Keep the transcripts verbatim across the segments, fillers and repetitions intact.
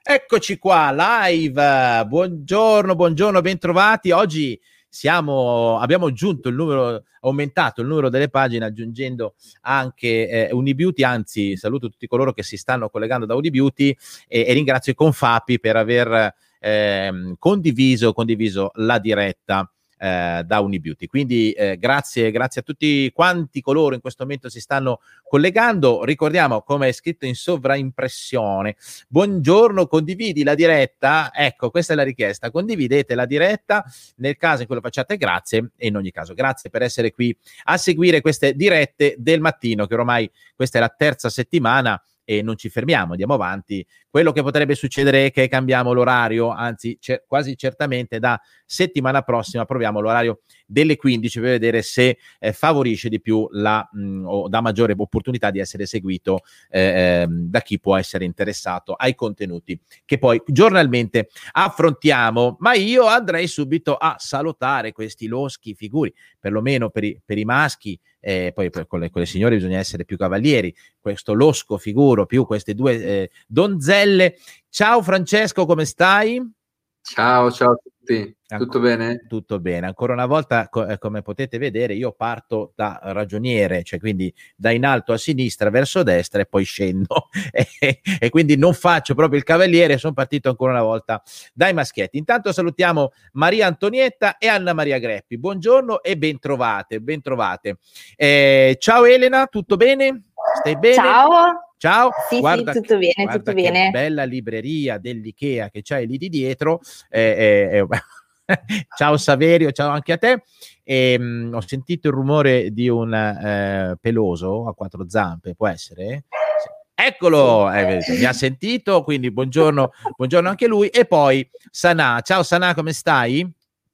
Eccoci qua, live. Buongiorno, buongiorno, bentrovati. Oggi siamo, abbiamo aggiunto il numero, aumentato il numero delle pagine, aggiungendo anche eh, Unibeauty. Anzi, saluto tutti coloro che si stanno collegando da Unibeauty e, e ringrazio i Confapi per aver eh, condiviso, condiviso la diretta Eh, da Unibeauty. Quindi eh, grazie, grazie a tutti quanti coloro in questo momento si stanno collegando. Ricordiamo, come è scritto in sovraimpressione, buongiorno, condividi la diretta. Ecco, questa è la richiesta: condividete la diretta nel caso in cui lo facciate. Grazie, e in ogni caso grazie per essere qui a seguire queste dirette del mattino, che ormai questa è la terza settimana e non ci fermiamo, andiamo avanti. Quello che potrebbe succedere è che cambiamo l'orario, anzi c- quasi certamente da settimana prossima proviamo l'orario delle quindici per vedere se eh, favorisce di più la mh, o dà maggiore opportunità di essere seguito eh, da chi può essere interessato ai contenuti che poi giornalmente affrontiamo. Ma io andrei subito a salutare questi loschi figuri, perlomeno per i, per i maschi. Eh, poi per, con, le, con le signore bisogna essere più cavalieri. Questo losco figuro più queste due eh, donzelle. Ciao Francesco, come stai? Ciao, ciao a tutti, tutto bene? Tutto bene, ancora una volta co- eh, come potete vedere io parto da ragioniere, cioè quindi da in alto a sinistra verso destra e poi scendo e, e quindi non faccio proprio il cavaliere, sono partito ancora una volta dai maschietti. Intanto salutiamo Maria Antonietta e Anna Maria Greppi, buongiorno e bentrovate, bentrovate. Eh, ciao Elena, tutto bene? Stai bene? Ciao. Ciao, sì, guarda, sì, tutto bene, guarda tutto che bene. bella libreria dell'Ikea che c'hai lì di dietro. Eh, eh, eh, ciao Saverio, ciao anche a te. E, mh, ho sentito il rumore di un eh, peloso a quattro zampe, può essere? Sì. Eccolo, Sì. eh, vedete, mi ha sentito, quindi buongiorno, buongiorno anche lui. E poi Sanà, ciao Sanà, come stai?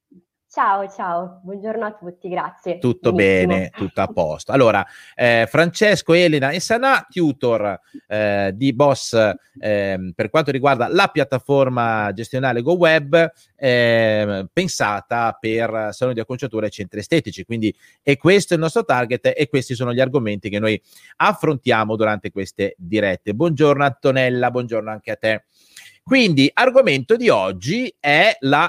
Ciao, ciao, buongiorno a tutti, grazie. Tutto Benissimo. bene, tutto a posto. Allora, eh, Francesco, Elena e Sanà, tutor eh, di Boss eh, per quanto riguarda la piattaforma gestionale GoWeb, eh, pensata per saloni di acconciatura e centri estetici. Quindi è questo il nostro target e questi sono gli argomenti che noi affrontiamo durante queste dirette. Buongiorno Antonella, buongiorno anche a te. Quindi, argomento di oggi è la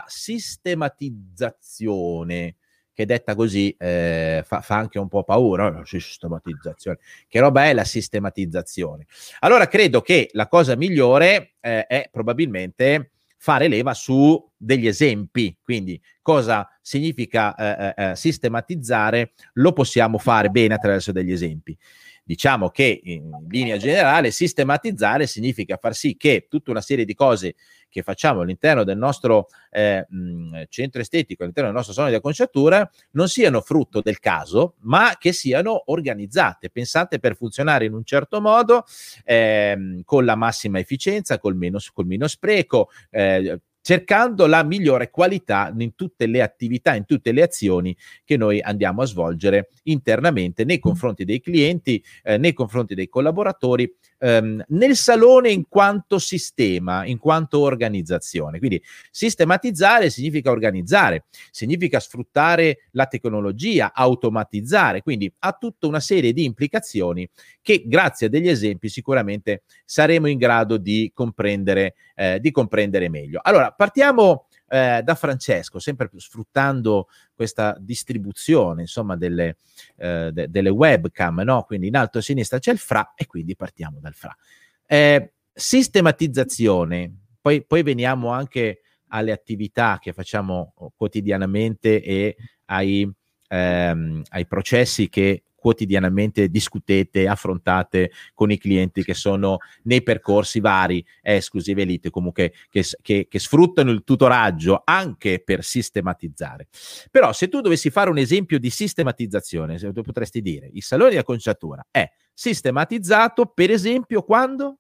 sistematizzazione, che detta così eh, fa, fa anche un po' paura. La sistematizzazione, che roba è la sistematizzazione? Allora, credo che la cosa migliore eh, è probabilmente fare leva su degli esempi. Quindi, cosa significa eh, eh, sistematizzare? Lo possiamo fare bene attraverso degli esempi. Diciamo che in linea generale sistematizzare significa far sì che tutta una serie di cose che facciamo all'interno del nostro eh, mh, centro estetico, all'interno del nostro salone di acconciatura, non siano frutto del caso, ma che siano organizzate, pensate per funzionare in un certo modo, ehm, con la massima efficienza, col meno, col meno spreco, eh, cercando la migliore qualità in tutte le attività, in tutte le azioni che noi andiamo a svolgere internamente nei confronti dei clienti, eh, nei confronti dei collaboratori, ehm, nel salone in quanto sistema, in quanto organizzazione. Quindi sistematizzare significa organizzare, significa sfruttare la tecnologia, automatizzare, quindi ha tutta una serie di implicazioni che grazie a degli esempi sicuramente saremo in grado di comprendere, eh, di comprendere meglio. Allora, partiamo eh, da Francesco, sempre più sfruttando questa distribuzione, insomma, delle, eh, de- delle webcam, no? Quindi in alto a sinistra c'è il Fra e quindi partiamo dal Fra. Eh, sistematizzazione, poi, poi veniamo anche alle attività che facciamo quotidianamente e ai, ehm, ai processi che quotidianamente discutete, affrontate con i clienti che sono nei percorsi vari, esclusive elite, comunque che, che, che sfruttano il tutoraggio anche per sistematizzare. Però se tu dovessi fare un esempio di sistematizzazione, se tu potresti dire, il salone di acconciatura è sistematizzato, per esempio, quando?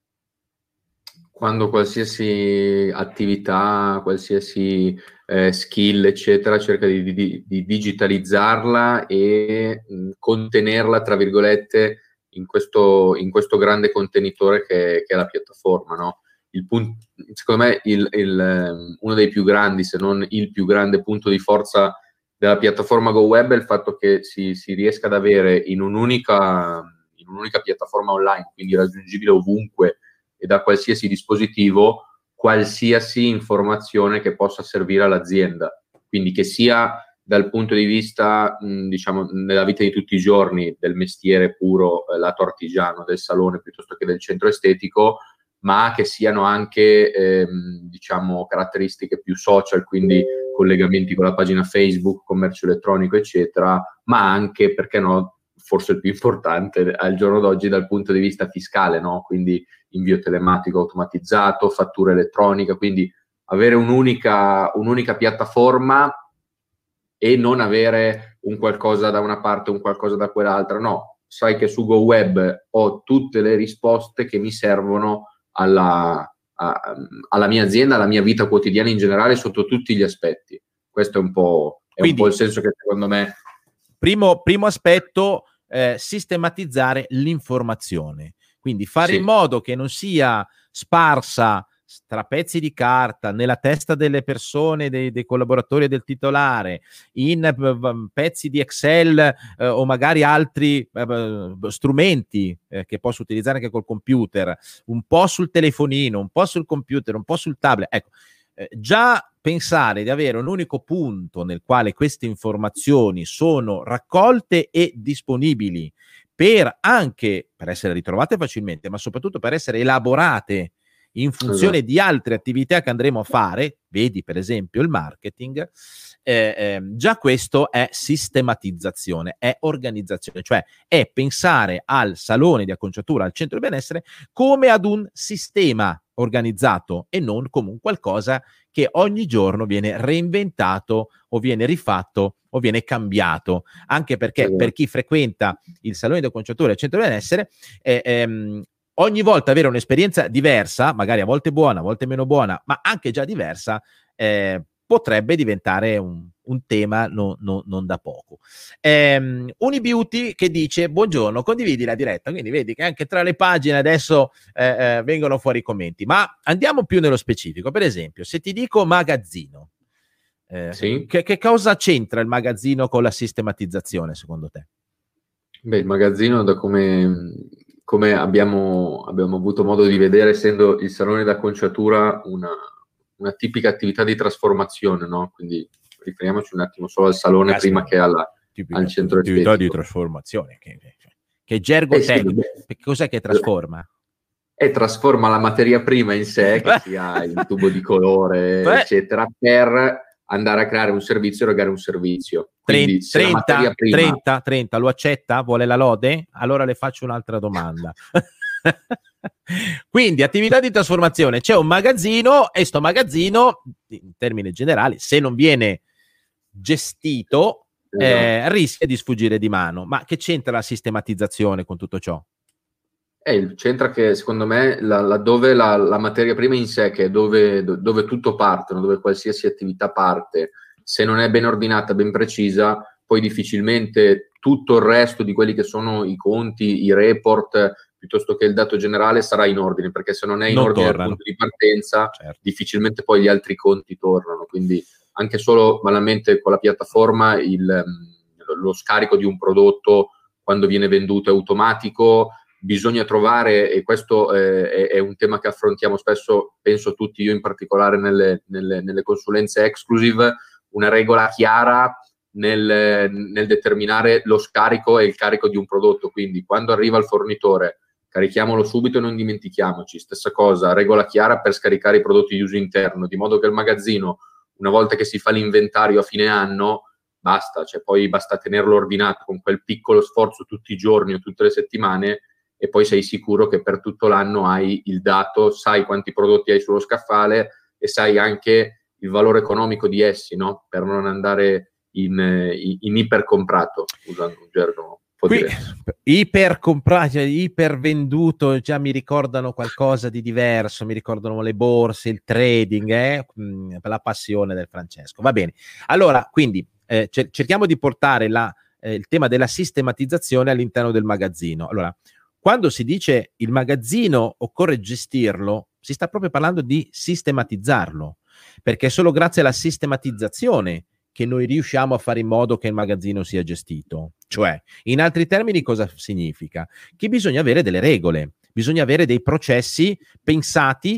Quando qualsiasi attività, qualsiasi eh, skill, eccetera, cerca di, di, di digitalizzarla e mh, contenerla, tra virgolette, in questo, in questo grande contenitore che, che è la piattaforma, no? Il punto, secondo me, il, il, uno dei più grandi, se non il più grande punto di forza della piattaforma GoWeb è il fatto che si, si riesca ad avere in un'unica, in un'unica piattaforma online, quindi raggiungibile ovunque e da qualsiasi dispositivo, qualsiasi informazione che possa servire all'azienda, quindi che sia dal punto di vista, mh, diciamo, nella vita di tutti i giorni del mestiere puro, eh, lato artigiano, del salone piuttosto che del centro estetico, ma che siano anche, ehm, diciamo, caratteristiche più social, quindi collegamenti con la pagina Facebook, commercio elettronico, eccetera, ma anche, perché no, forse il più importante al giorno d'oggi dal punto di vista fiscale, no? Quindi invio telematico automatizzato, fattura elettronica, quindi avere un'unica, un'unica piattaforma e non avere un qualcosa da una parte, un qualcosa da quell'altra, no. Sai che su GoWeb ho tutte le risposte che mi servono alla, a, alla mia azienda, alla mia vita quotidiana in generale, sotto tutti gli aspetti. Questo è un po', è Quindi, un po' il senso che secondo me... Primo, primo aspetto, eh, sistematizzare l'informazione. Quindi fare Sì. in modo che non sia sparsa tra pezzi di carta, nella testa delle persone, dei, dei collaboratori e del titolare, in uh, pezzi di Excel uh, o magari altri uh, strumenti uh, che posso utilizzare anche col computer, un po' sul telefonino, un po' sul computer, un po' sul tablet. Ecco, eh, già pensare di avere un unico punto nel quale queste informazioni sono raccolte e disponibili per anche per essere ritrovate facilmente, ma soprattutto per essere elaborate in funzione esatto. di altre attività che andremo a fare, vedi per esempio il marketing, eh, eh, già questo è sistematizzazione, è organizzazione, cioè è pensare al salone di acconciatura, al centro di benessere, come ad un sistema organizzato e non come un qualcosa che ogni giorno viene reinventato o viene rifatto o viene cambiato, anche perché esatto. per chi frequenta il salone di acconciatura e il centro di benessere, eh, ehm, ogni volta avere un'esperienza diversa, magari a volte buona, a volte meno buona, ma anche già diversa, eh, potrebbe diventare un, un tema no, no, non da poco. Um, Unibeauty che dice: buongiorno, condividi la diretta. Quindi vedi che anche tra le pagine adesso eh, eh, vengono fuori i commenti, ma andiamo più nello specifico. Per esempio, se ti dico magazzino, eh, sì. che, che cosa c'entra il magazzino con la sistematizzazione secondo te? Beh, il magazzino, da come... come abbiamo, abbiamo avuto modo di vedere, essendo il salone d'acconciatura una, una tipica attività di trasformazione, no? Quindi riferiamoci un attimo solo al salone Caspita, prima che alla, al centro estetico. Attività di trasformazione, che, che gergo eh, tecnico, sì, cos'è che trasforma? E trasforma la materia prima in sé, che sia il tubo di colore, Beh. eccetera, per andare a creare un servizio e erogare un servizio. Quindi se trenta, la materia prima... trenta, trenta, lo accetta? Vuole la lode? Allora le faccio un'altra domanda. Quindi attività di trasformazione, c'è un magazzino e sto magazzino, in termini generali, se non viene gestito, esatto. eh, rischia di sfuggire di mano. Ma che c'entra la sistematizzazione con tutto ciò? Eh, c'entra che secondo me la, laddove la, la materia prima in sé, che è dove, dove tutto parte, dove qualsiasi attività parte, se non è ben ordinata, ben precisa, poi difficilmente tutto il resto di quelli che sono i conti, i report, piuttosto che il dato generale sarà in ordine, perché se non è in non ordine tornano. il punto di partenza, certo. difficilmente poi gli altri conti tornano. Quindi anche solo banalmente con la piattaforma il, lo scarico di un prodotto quando viene venduto è automatico. Bisogna trovare, e questo eh, è, è un tema che affrontiamo spesso, penso tutti, io in particolare nelle, nelle, nelle consulenze exclusive, una regola chiara nel, nel determinare lo scarico e il carico di un prodotto. Quindi quando arriva il fornitore, carichiamolo subito e non dimentichiamoci. Stessa cosa, regola chiara per scaricare i prodotti di uso interno, di modo che il magazzino, una volta che si fa l'inventario a fine anno, basta, cioè poi basta tenerlo ordinato con quel piccolo sforzo tutti i giorni o tutte le settimane, e poi sei sicuro che per tutto l'anno hai il dato, sai quanti prodotti hai sullo scaffale e sai anche il valore economico di essi, no? Per non andare in, in, in ipercomprato, usando un gergo. Qui, ipercomprato, ipervenduto, già mi ricordano qualcosa di diverso, mi ricordano le borse, il trading, eh? La passione del Francesco. Va bene, allora, quindi eh, cerchiamo di portare la, eh, il tema della sistematizzazione all'interno del magazzino. Allora, quando si dice il magazzino occorre gestirlo, si sta proprio parlando di sistematizzarlo, perché è solo grazie alla sistematizzazione che noi riusciamo a fare in modo che il magazzino sia gestito. Cioè, in altri termini, cosa significa? Che bisogna avere delle regole, bisogna avere dei processi pensati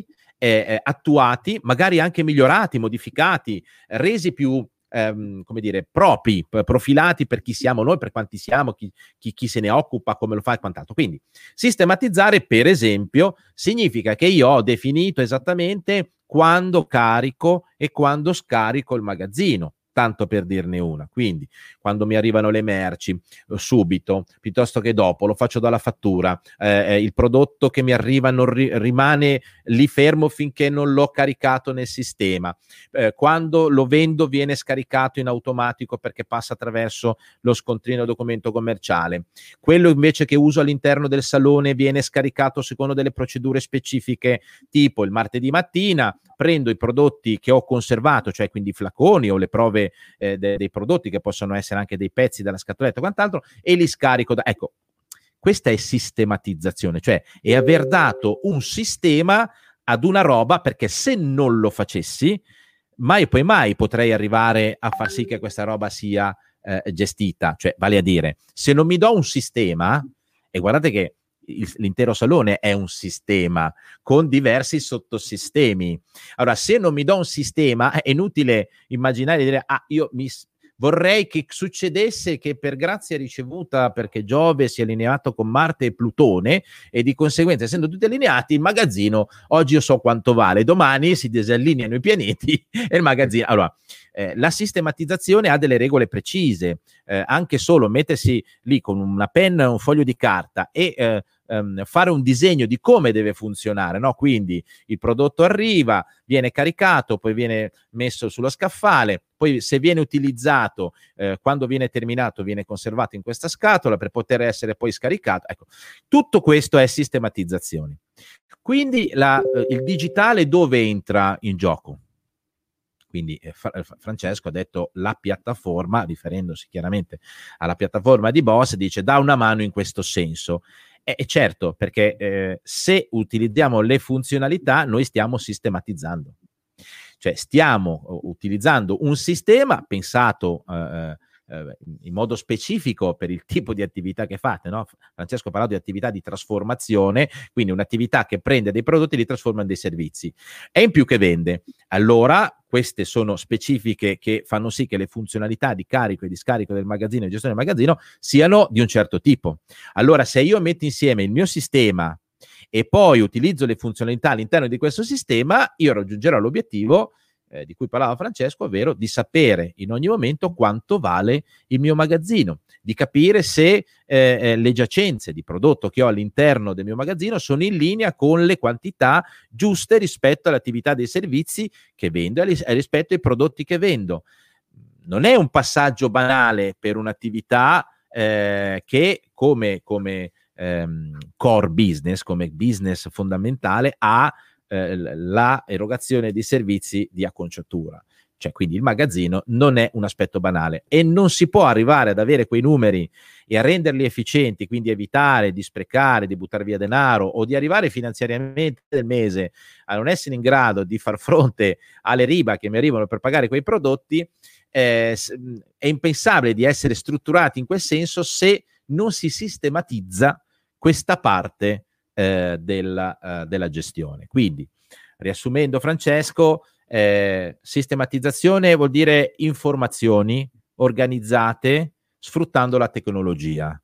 eh, attuati, magari anche migliorati, modificati, resi più Ehm, come dire, propri, profilati per chi siamo noi, per quanti siamo, chi, chi, chi se ne occupa, come lo fa e quant'altro. Quindi sistematizzare, per esempio, significa che io ho definito esattamente quando carico e quando scarico il magazzino, tanto per dirne una. Quindi quando mi arrivano le merci, subito, piuttosto che dopo, lo faccio dalla fattura, eh, il prodotto che mi arriva non ri- rimane lì fermo finché non l'ho caricato nel sistema, eh, quando lo vendo viene scaricato in automatico perché passa attraverso lo scontrino documento commerciale, quello invece che uso all'interno del salone viene scaricato secondo delle procedure specifiche, tipo il martedì mattina prendo i prodotti che ho conservato, cioè quindi i flaconi o le prove eh, de- dei prodotti che possono essere anche dei pezzi della scatoletta o quant'altro, e li scarico da... Ecco, questa è sistematizzazione, cioè è aver dato un sistema ad una roba, perché se non lo facessi, mai e poi mai potrei arrivare a far sì che questa roba sia eh, gestita. Cioè, vale a dire, se non mi do un sistema, e guardate che il, l'intero salone è un sistema con diversi sottosistemi. Allora, se non mi do un sistema, è inutile immaginare di dire, ah, io mi... vorrei che succedesse che per grazia ricevuta, perché Giove si è allineato con Marte e Plutone e di conseguenza, essendo tutti allineati, il magazzino oggi io so quanto vale, domani si disallineano i pianeti e il magazzino... Allora, eh, la sistematizzazione ha delle regole precise, eh, anche solo mettersi lì con una penna e un foglio di carta e eh, Um, fare un disegno di come deve funzionare, no? Quindi il prodotto arriva, viene caricato, poi viene messo sullo scaffale, poi se viene utilizzato, eh, quando viene terminato viene conservato in questa scatola per poter essere poi scaricato. Ecco, tutto questo è sistematizzazione. Quindi la, eh, il digitale dove entra in gioco? Quindi eh, Francesco ha detto la piattaforma, riferendosi chiaramente alla piattaforma di Boss, dice dà una mano in questo senso. E eh, certo, perché eh, se utilizziamo le funzionalità, noi stiamo sistematizzando. Cioè stiamo uh, utilizzando un sistema pensato uh, uh, in modo specifico per il tipo di attività che fate, no? Francesco ha parlato di attività di trasformazione, quindi un'attività che prende dei prodotti e li trasforma in dei servizi. E in più che vende. Allora, queste sono specifiche che fanno sì che le funzionalità di carico e di scarico del magazzino e gestione del magazzino siano di un certo tipo. Allora, se io metto insieme il mio sistema e poi utilizzo le funzionalità all'interno di questo sistema, io raggiungerò l'obiettivo eh, di cui parlava Francesco, ovvero di sapere in ogni momento quanto vale il mio magazzino, di capire se eh, le giacenze di prodotto che ho all'interno del mio magazzino sono in linea con le quantità giuste rispetto all'attività dei servizi che vendo e rispetto ai prodotti che vendo. Non è un passaggio banale per un'attività eh, che come, come ehm, core business, come business fondamentale, ha eh, la erogazione di servizi di acconciatura. Cioè, quindi il magazzino non è un aspetto banale e non si può arrivare ad avere quei numeri e a renderli efficienti, quindi evitare di sprecare, di buttare via denaro o di arrivare finanziariamente del mese a non essere in grado di far fronte alle riba che mi arrivano per pagare quei prodotti. Eh, è impensabile di essere strutturati in quel senso se non si sistematizza questa parte eh, della, uh, della gestione. Quindi, riassumendo, Francesco, eh, sistematizzazione vuol dire informazioni organizzate sfruttando la tecnologia.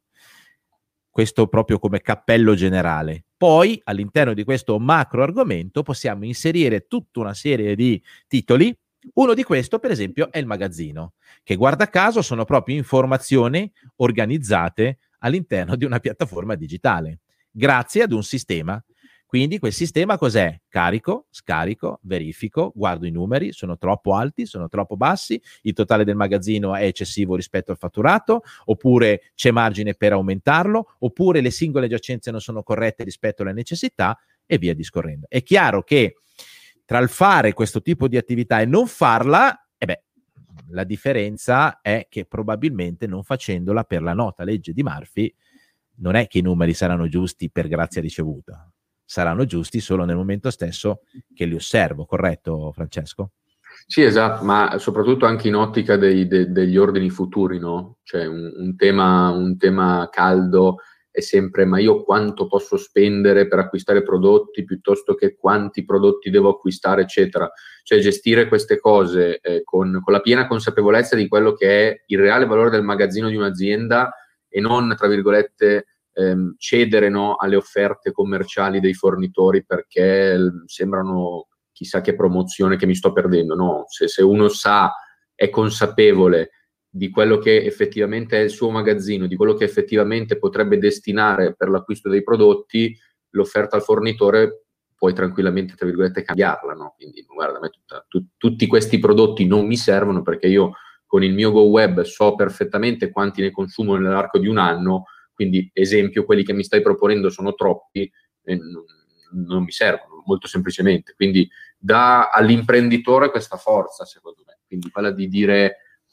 Questo proprio come cappello generale. Poi, all'interno di questo macro argomento, possiamo inserire tutta una serie di titoli. Uno di questo, per esempio, è il magazzino, che guarda caso sono proprio informazioni organizzate all'interno di una piattaforma digitale, grazie ad un sistema. Quindi quel sistema cos'è? Carico, scarico, verifico, guardo i numeri, sono troppo alti, sono troppo bassi, il totale del magazzino è eccessivo rispetto al fatturato, oppure c'è margine per aumentarlo, oppure le singole giacenze non sono corrette rispetto alle necessità e via discorrendo. È chiaro che tra il fare questo tipo di attività e non farla, eh beh, la differenza è che probabilmente non facendola per la nota legge di Murphy, non è che i numeri saranno giusti per grazia ricevuta, saranno giusti solo nel momento stesso che li osservo, corretto Francesco? Sì, esatto, ma soprattutto anche in ottica dei, de, degli ordini futuri, no? Cioè un, un, tema, un tema caldo è è sempre ma io quanto posso spendere per acquistare prodotti piuttosto che quanti prodotti devo acquistare, eccetera. Cioè gestire queste cose eh, con, con la piena consapevolezza di quello che è il reale valore del magazzino di un'azienda e non, tra virgolette, ehm, cedere, no, alle offerte commerciali dei fornitori perché sembrano chissà che promozione che mi sto perdendo. No, se, se uno sa, è consapevole di quello che effettivamente è il suo magazzino, di quello che effettivamente potrebbe destinare per l'acquisto dei prodotti, l'offerta al fornitore puoi tranquillamente, tra virgolette, cambiarla, no? Quindi, guarda, a me tutta, tu, tutti questi prodotti non mi servono perché io con il mio GoWeb so perfettamente quanti ne consumo nell'arco di un anno, quindi, esempio, quelli che mi stai proponendo sono troppi e non, non mi servono, molto semplicemente. Quindi dà all'imprenditore questa forza, secondo me, quindi quella di dire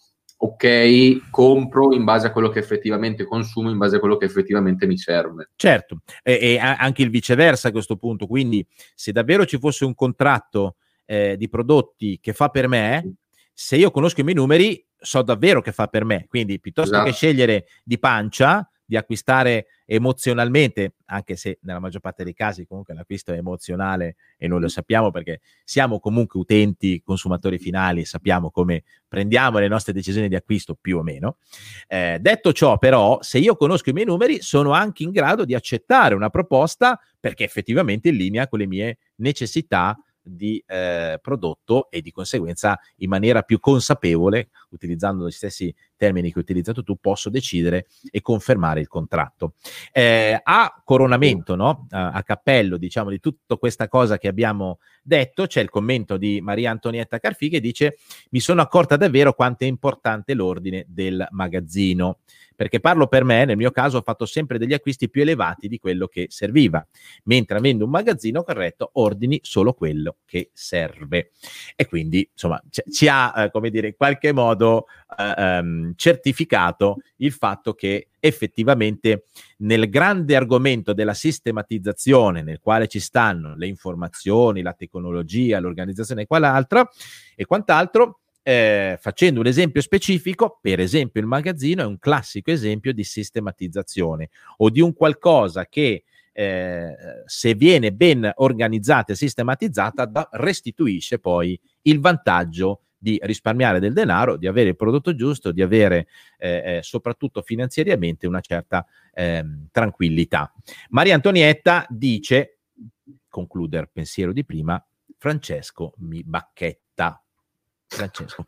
ok, compro in base a quello che effettivamente consumo, in base a quello che effettivamente mi serve. Certo, e, e anche il viceversa a questo punto, quindi se davvero ci fosse un contratto eh, di prodotti che fa per me, se io conosco i miei numeri so davvero che fa per me, quindi piuttosto esatto. che scegliere di pancia, di acquistare emozionalmente, anche se nella maggior parte dei casi comunque l'acquisto è emozionale e noi lo sappiamo perché siamo comunque utenti, consumatori finali, sappiamo come prendiamo le nostre decisioni di acquisto più o meno. Eh, detto ciò, però, se io conosco i miei numeri, sono anche in grado di accettare una proposta perché effettivamente in linea con le mie necessità di eh, prodotto e di conseguenza in maniera più consapevole, utilizzando gli stessi termini che hai utilizzato tu, posso decidere e confermare il contratto. Eh, a coronamento, no? a, a cappello, diciamo, di tutta questa cosa che abbiamo detto, c'è il commento di Maria Antonietta Carfì che dice: mi sono accorta davvero quanto è importante l'ordine del magazzino, perché parlo per me, nel mio caso ho fatto sempre degli acquisti più elevati di quello che serviva, mentre avendo un magazzino corretto ordini solo quello che serve. E quindi insomma c- ci ha eh, come dire in qualche modo eh, um, certificato il fatto che effettivamente nel grande argomento della sistematizzazione, nel quale ci stanno le informazioni, la tecnologia, l'organizzazione e quant'altro, e quant'altro Eh, facendo un esempio specifico, per esempio il magazzino è un classico esempio di sistematizzazione o di un qualcosa che eh, se viene ben organizzata e sistematizzata da, restituisce poi il vantaggio di risparmiare del denaro, di avere il prodotto giusto, di avere eh, eh, soprattutto finanziariamente una certa eh, tranquillità. Maria Antonietta dice, conclude il pensiero di prima, Francesco mi bacchetta. Francesco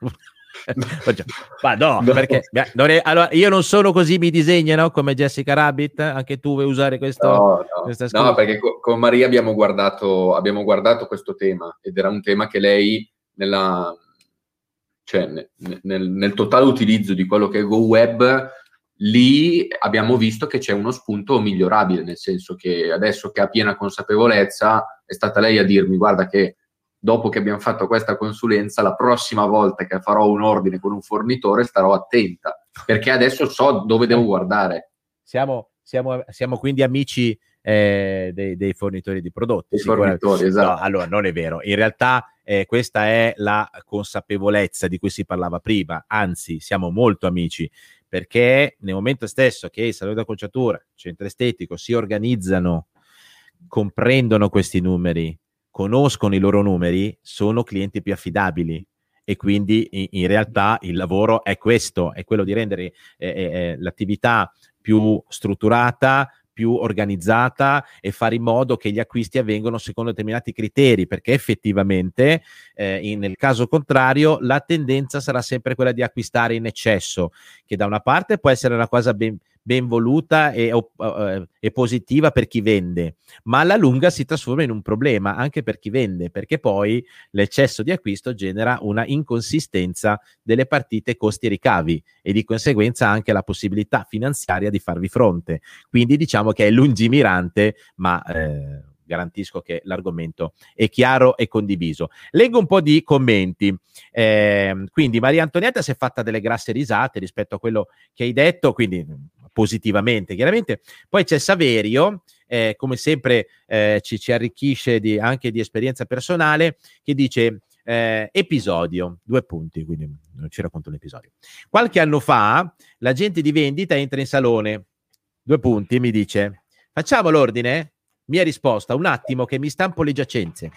ma no, no. Perché non è, allora, io non sono così mi disegnano come Jessica Rabbit, anche tu vuoi usare questo no, no. no perché co- con Maria abbiamo guardato abbiamo guardato questo tema ed era un tema che lei nella cioè nel, nel, nel totale utilizzo di quello che è GoWeb, lì abbiamo visto che c'è uno spunto migliorabile, nel senso che adesso che ha piena consapevolezza è stata lei a dirmi guarda che dopo che abbiamo fatto questa consulenza, la prossima volta che farò un ordine con un fornitore starò attenta, perché adesso so dove devo guardare. Siamo, siamo, siamo quindi amici eh, dei, dei fornitori di prodotti. Dei fornitori, esatto. No, allora, non è vero. In realtà eh, questa è la consapevolezza di cui si parlava prima. Anzi, siamo molto amici, perché nel momento stesso che il salone d'acconciatura, il centro estetico si organizzano, comprendono questi numeri, conoscono i loro numeri, sono clienti più affidabili e quindi in, in realtà il lavoro è questo, è quello di rendere eh, eh, l'attività più strutturata, più organizzata e fare in modo che gli acquisti avvengano secondo determinati criteri, perché effettivamente eh, in, nel caso contrario la tendenza sarà sempre quella di acquistare in eccesso, che da una parte può essere una cosa ben, ben voluta e, uh, e positiva per chi vende, ma alla lunga si trasforma in un problema anche per chi vende, perché poi l'eccesso di acquisto genera una inconsistenza delle partite costi-ricavi e di conseguenza anche la possibilità finanziaria di farvi fronte. Quindi diciamo che è lungimirante, ma eh, garantisco che l'argomento è chiaro e condiviso. Leggo un po' di commenti. Eh, quindi Maria Antonietta si è fatta delle grasse risate rispetto a quello che hai detto, quindi positivamente chiaramente. Poi c'è Saverio, eh, come sempre eh, ci, ci arricchisce di, anche di esperienza personale, che dice eh, episodio, due punti, quindi non ci racconto l'episodio. Qualche anno fa l'agente di vendita entra in salone, due punti, mi dice, facciamo l'ordine? Mia risposta, un attimo che mi stampo le giacenze.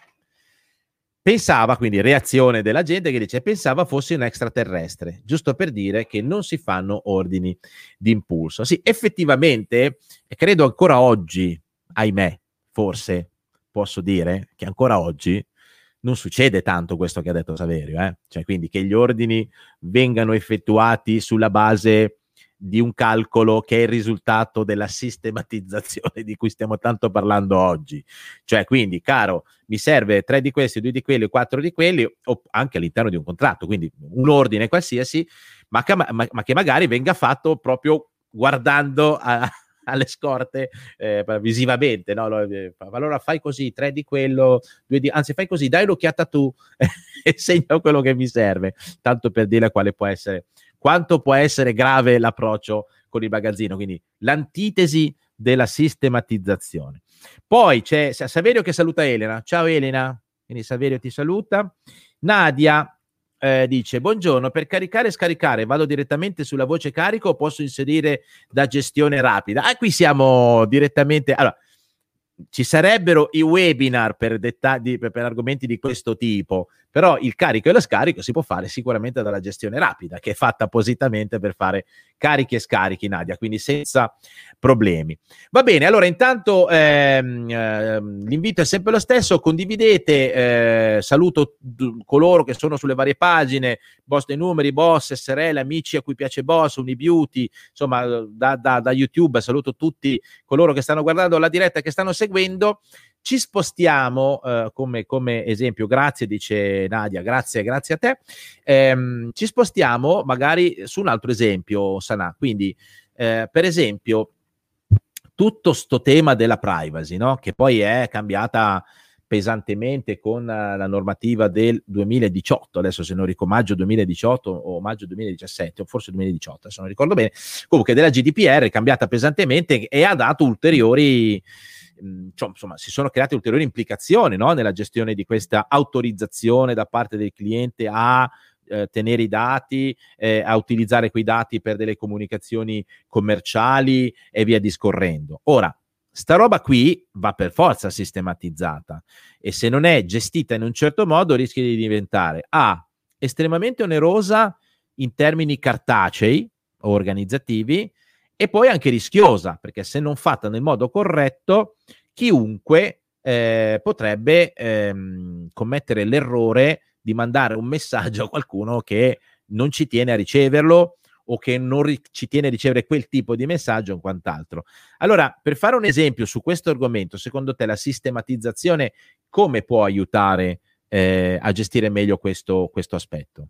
Pensava, quindi reazione della gente che dice, pensava fosse un extraterrestre, giusto per dire che non si fanno ordini d'impulso. Sì, effettivamente, credo ancora oggi, ahimè, forse posso dire che ancora oggi non succede tanto questo che ha detto Saverio, eh? Cioè, quindi che gli ordini vengano effettuati sulla base di un calcolo che è il risultato della sistematizzazione di cui stiamo tanto parlando oggi. Cioè, quindi, caro, mi serve tre di questi, due di quelli, quattro di quelli, o anche all'interno di un contratto, quindi un ordine qualsiasi, ma che, ma, ma che magari venga fatto proprio guardando a, alle scorte eh, visivamente, no? Allora fai così, tre di quello, due di, anzi fai così, dai un'occhiata tu e segno quello che mi serve, tanto per dire quale può essere, quanto può essere grave l'approccio con il magazzino, quindi l'antitesi della sistematizzazione. Poi c'è Saverio che saluta Elena. Ciao Elena, quindi Saverio ti saluta. Nadia eh, dice, buongiorno, per caricare e scaricare vado direttamente sulla voce carico o posso inserire da gestione rapida? Ah, qui siamo direttamente... Allora, ci sarebbero i webinar per, dettagli, per, per argomenti di questo tipo, però il carico e lo scarico si può fare sicuramente dalla gestione rapida, che è fatta appositamente per fare carichi e scarichi, Nadia, quindi senza problemi. Va bene, allora intanto ehm, ehm, l'invito è sempre lo stesso, condividete, eh, saluto d- coloro che sono sulle varie pagine, Boss dei Numeri, Boss, S R L, amici a cui piace Boss, Unibeauty, insomma da, da, da YouTube, saluto tutti coloro che stanno guardando la diretta, che stanno seguendo. Ci spostiamo eh, come, come esempio, grazie, dice Nadia, grazie, grazie a te. Ehm, ci spostiamo magari su un altro esempio, Sanà. Quindi, eh, per esempio, tutto sto tema della privacy, no? Che poi è cambiata pesantemente con uh, la normativa del duemiladiciotto, adesso se non ricordo, maggio duemiladiciotto o maggio duemiladiciassette, o forse duemiladiciotto, se non ricordo bene, comunque della G D P R è cambiata pesantemente e ha dato ulteriori, mh, cioè, insomma, si sono create ulteriori implicazioni, no? Nella gestione di questa autorizzazione da parte del cliente a eh, tenere i dati, eh, a utilizzare quei dati per delle comunicazioni commerciali e via discorrendo. Ora, sta roba qui va per forza sistematizzata e se non è gestita in un certo modo rischia di diventare A, estremamente onerosa in termini cartacei o organizzativi e poi anche rischiosa, perché se non fatta nel modo corretto chiunque eh, potrebbe ehm, commettere l'errore di mandare un messaggio a qualcuno che non ci tiene a riceverlo o che non ri- ci tiene a ricevere quel tipo di messaggio o quant'altro. Allora, per fare un esempio su questo argomento, secondo te la sistematizzazione come può aiutare eh, a gestire meglio questo, questo aspetto?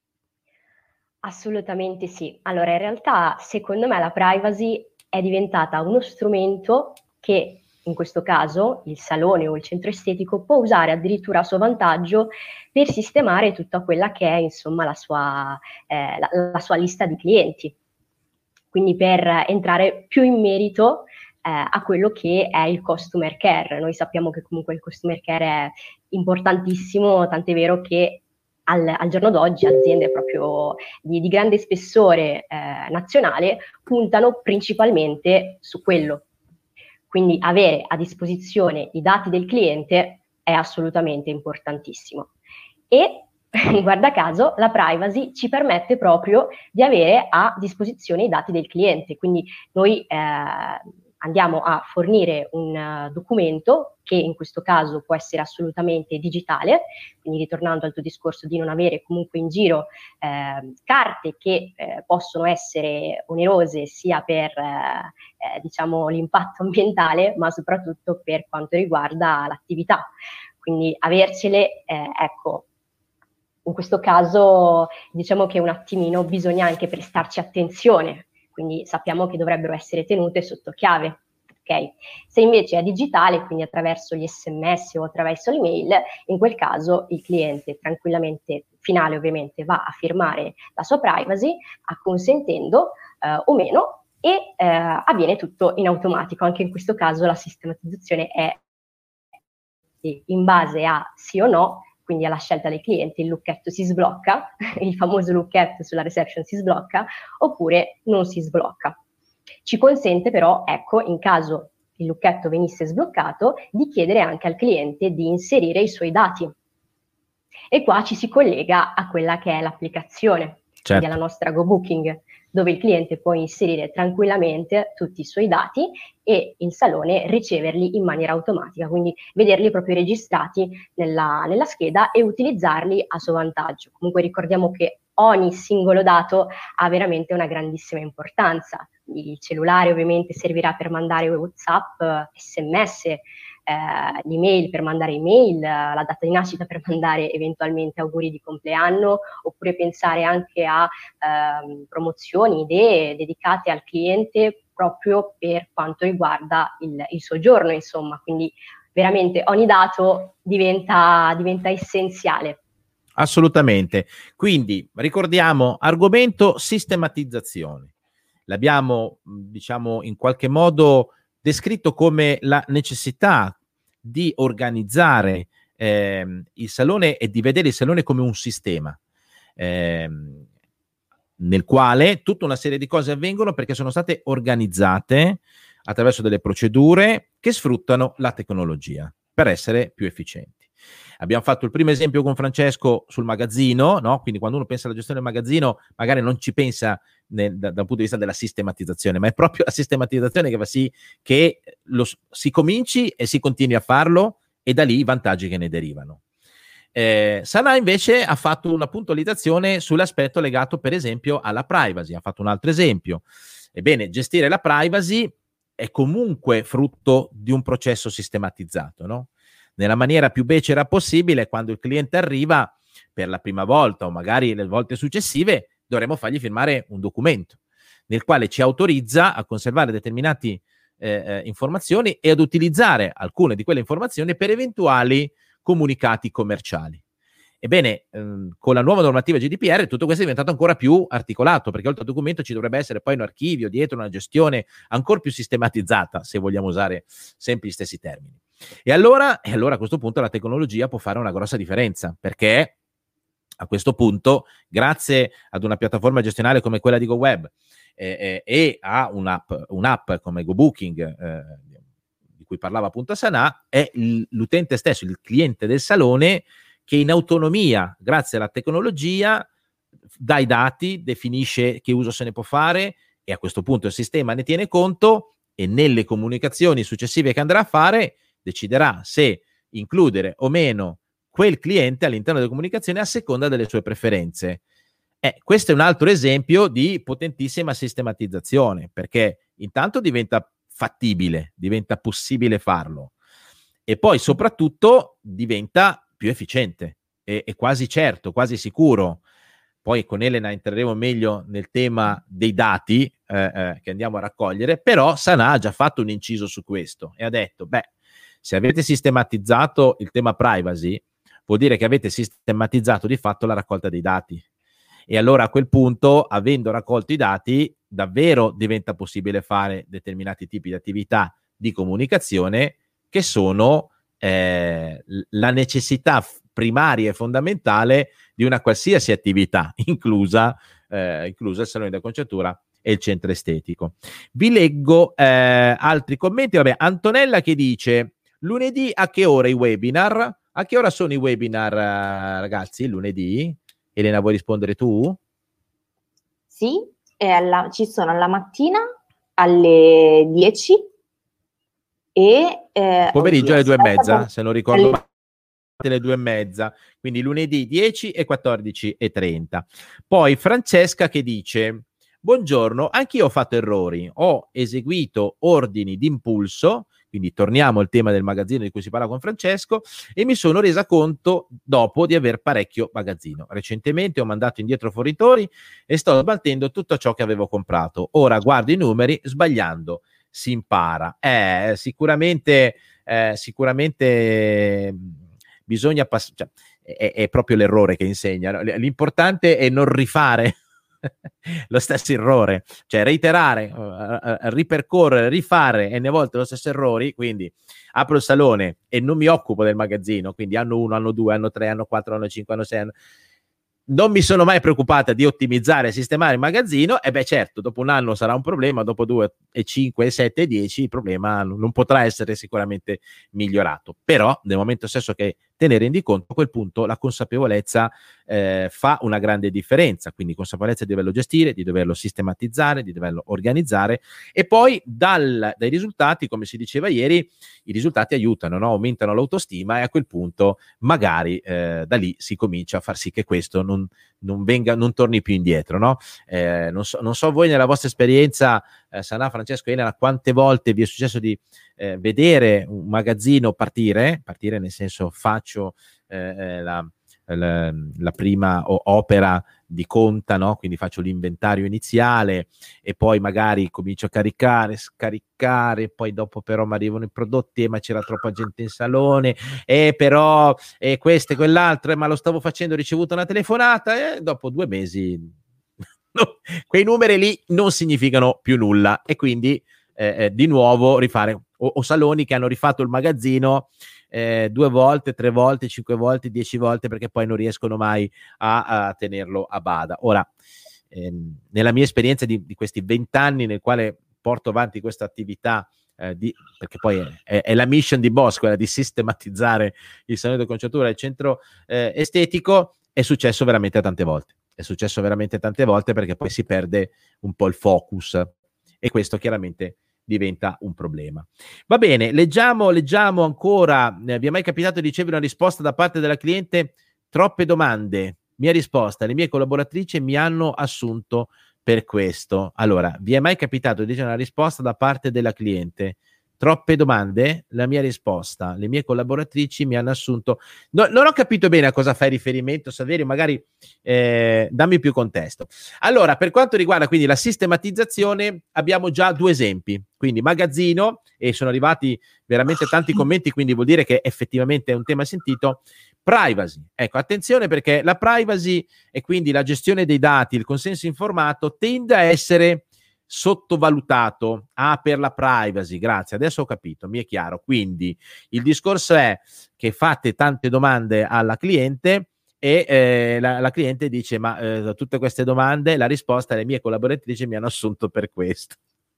Assolutamente sì. Allora, in realtà, secondo me la privacy è diventata uno strumento che, in questo caso, il salone o il centro estetico può usare addirittura a suo vantaggio per sistemare tutta quella che è, insomma, la sua, eh, la, la sua lista di clienti. Quindi per entrare più in merito eh, a quello che è il customer care. Noi sappiamo che comunque il customer care è importantissimo, tant'è vero che al, al giorno d'oggi aziende proprio di, di grande spessore eh, nazionale puntano principalmente su quello. Quindi avere a disposizione i dati del cliente è assolutamente importantissimo. E guarda caso, la privacy ci permette proprio di avere a disposizione i dati del cliente, quindi noi eh, andiamo a fornire un uh, documento che in questo caso può essere assolutamente digitale, quindi ritornando al tuo discorso di non avere comunque in giro eh, carte che eh, possono essere onerose sia per eh, eh, diciamo l'impatto ambientale, ma soprattutto per quanto riguarda l'attività. Quindi avercele, eh, ecco, in questo caso diciamo che un attimino bisogna anche prestarci attenzione, quindi sappiamo che dovrebbero essere tenute sotto chiave. Okay? Se invece è digitale, quindi attraverso gli sms o attraverso l'email, in quel caso il cliente tranquillamente, finale ovviamente, va a firmare la sua privacy, acconsentendo eh, o meno, e eh, avviene tutto in automatico. Anche in questo caso la sistematizzazione è in base a sì o no, quindi alla scelta del cliente, il lucchetto si sblocca, il famoso lucchetto sulla reception si sblocca, oppure non si sblocca. Ci consente però, ecco, in caso il lucchetto venisse sbloccato, di chiedere anche al cliente di inserire i suoi dati. E qua ci si collega a quella che è l'applicazione, certo, quindi alla nostra GoBooking, dove il cliente può inserire tranquillamente tutti i suoi dati e il salone riceverli in maniera automatica, quindi vederli proprio registrati nella, nella scheda e utilizzarli a suo vantaggio. Comunque ricordiamo che ogni singolo dato ha veramente una grandissima importanza. Il cellulare ovviamente servirà per mandare WhatsApp, sms, eh, l'email per mandare email, la data di nascita per mandare eventualmente auguri di compleanno, oppure pensare anche a eh, promozioni, idee dedicate al cliente proprio per quanto riguarda il, il soggiorno, insomma. Quindi veramente ogni dato diventa, diventa essenziale. Assolutamente. Quindi ricordiamo argomento sistematizzazione. L'abbiamo, diciamo, in qualche modo descritto come la necessità di organizzare eh, il salone e di vedere il salone come un sistema eh, nel quale tutta una serie di cose avvengono perché sono state organizzate attraverso delle procedure che sfruttano la tecnologia per essere più efficienti. Abbiamo fatto il primo esempio con Francesco sul magazzino, no? Quindi quando uno pensa alla gestione del magazzino magari non ci pensa nel, da, dal punto di vista della sistematizzazione, ma è proprio la sistematizzazione che fa sì che lo, si cominci e si continui a farlo e da lì i vantaggi che ne derivano. Eh, Sanà invece ha fatto una puntualizzazione sull'aspetto legato per esempio alla privacy, ha fatto un altro esempio. Ebbene, gestire la privacy è comunque frutto di un processo sistematizzato, no? Nella maniera più becera possibile, quando il cliente arriva per la prima volta o magari le volte successive, dovremo fargli firmare un documento nel quale ci autorizza a conservare determinate eh, eh, informazioni e ad utilizzare alcune di quelle informazioni per eventuali comunicati commerciali. Ebbene, ehm, con la nuova normativa G D P R tutto questo è diventato ancora più articolato, perché oltre al documento ci dovrebbe essere poi un archivio dietro, una gestione ancora più sistematizzata, se vogliamo usare sempre gli stessi termini. E allora, e allora a questo punto la tecnologia può fare una grossa differenza, perché a questo punto, grazie ad una piattaforma gestionale come quella di GoWeb eh, eh, e a un'app, un'app come GoBooking, eh, di cui parlava appunto Sanà, è il, l'utente stesso, il cliente del salone, che in autonomia, grazie alla tecnologia, dà i dati, definisce che uso se ne può fare e a questo punto il sistema ne tiene conto e nelle comunicazioni successive che andrà a fare deciderà se includere o meno quel cliente all'interno delle comunicazioni a seconda delle sue preferenze. Eh, questo è un altro esempio di potentissima sistematizzazione, perché intanto diventa fattibile, diventa possibile farlo e poi soprattutto diventa più efficiente e, e quasi certo, quasi sicuro. Poi con Elena entreremo meglio nel tema dei dati eh, eh, che andiamo a raccogliere, però Sanà ha già fatto un inciso su questo e ha detto, beh, se avete sistematizzato il tema privacy, vuol dire che avete sistematizzato di fatto la raccolta dei dati. E allora a quel punto, avendo raccolto i dati, davvero diventa possibile fare determinati tipi di attività di comunicazione che sono eh, la necessità primaria e fondamentale di una qualsiasi attività, inclusa, eh, inclusa il salone da conciatura e il centro estetico. Vi leggo eh, altri commenti. Vabbè, Antonella che dice: lunedì a che ora i webinar? A che ora sono i webinar, ragazzi? Lunedì? Elena, vuoi rispondere tu? Sì, è alla, ci sono alla mattina alle dieci e eh, pomeriggio alle due e mezza, se non ricordo alle... male, alle due e mezza, quindi lunedì dieci e quattordici e trenta. Poi Francesca che dice: buongiorno, anch'io ho fatto errori, ho eseguito ordini d'impulso, quindi torniamo al tema del magazzino di cui si parla con Francesco, e mi sono resa conto dopo di aver parecchio magazzino. Recentemente ho mandato indietro fornitori e sto smaltendo tutto ciò che avevo comprato. Ora guardo i numeri, sbagliando si impara. Eh, sicuramente, eh, sicuramente bisogna passare, cioè, è, è proprio l'errore che insegna. No? L'importante è non rifare lo stesso errore, cioè reiterare, uh, ripercorrere, rifare n volte lo stesso errori. Quindi apro il salone e non mi occupo del magazzino, quindi anno uno, anno due, anno tre, anno quattro, anno cinque, anno sei, anno... non mi sono mai preoccupata di ottimizzare e sistemare il magazzino, e beh certo, dopo un anno sarà un problema, dopo due, e cinque, e sette, e dieci, il problema non potrà essere sicuramente migliorato. Però nel momento stesso che te ne rendi conto, a quel punto la consapevolezza eh, fa una grande differenza, quindi consapevolezza di doverlo gestire, di doverlo sistematizzare, di doverlo organizzare, e poi dal, dai risultati, come si diceva ieri, i risultati aiutano, no? Aumentano l'autostima, e a quel punto magari eh, da lì si comincia a far sì che questo non, non venga, non torni più indietro, no? Eh, non, so, non so voi nella vostra esperienza, eh, Sanà, Francesco, Elena, quante volte vi è successo di eh, vedere un magazzino partire, partire nel senso faccio eh, la, la, la prima o, opera di conta, no? Quindi faccio l'inventario iniziale e poi magari comincio a caricare, scaricare, poi dopo però mi arrivano i prodotti, eh, ma c'era troppa gente in salone, e però e questo e quell'altro, eh, ma lo stavo facendo, ho ricevuto una telefonata, e dopo due mesi no, quei numeri lì non significano più nulla, e quindi eh, eh, di nuovo rifare, o, o saloni che hanno rifatto il magazzino Eh, due volte, tre volte, cinque volte, dieci volte, perché poi non riescono mai a, a tenerlo a bada. Ora, ehm, nella mia esperienza di, di questi vent'anni nel quale porto avanti questa attività, eh, di, perché poi è, è, è la mission di Boss, quella di sistematizzare il salone di acconciatura e il centro eh, estetico, è successo veramente tante volte. È successo veramente tante volte perché poi si perde un po' il focus, e questo chiaramente diventa un problema. Va bene, leggiamo, leggiamo ancora. Eh, vi è mai capitato di ricevere una risposta da parte della cliente? Troppe domande. Mia risposta: le mie collaboratrici mi hanno assunto per questo. Allora, vi è mai capitato di ricevere una risposta da parte della cliente? Troppe domande? La mia risposta: le mie collaboratrici mi hanno assunto. No, non ho capito bene a cosa fai riferimento, Saverio, magari eh, dammi più contesto. Allora, per quanto riguarda quindi la sistematizzazione, abbiamo già due esempi. Quindi magazzino, e sono arrivati veramente tanti commenti, quindi vuol dire che effettivamente è un tema sentito. Privacy, ecco, attenzione, perché la privacy e quindi la gestione dei dati, il consenso informato tende a essere sottovalutato. Ah, per la privacy, grazie, adesso ho capito, mi è chiaro. Quindi il discorso è che fate tante domande alla cliente e eh, la, la cliente dice: ma eh, tutte queste domande, la risposta: le mie collaboratrici mi hanno assunto per questo.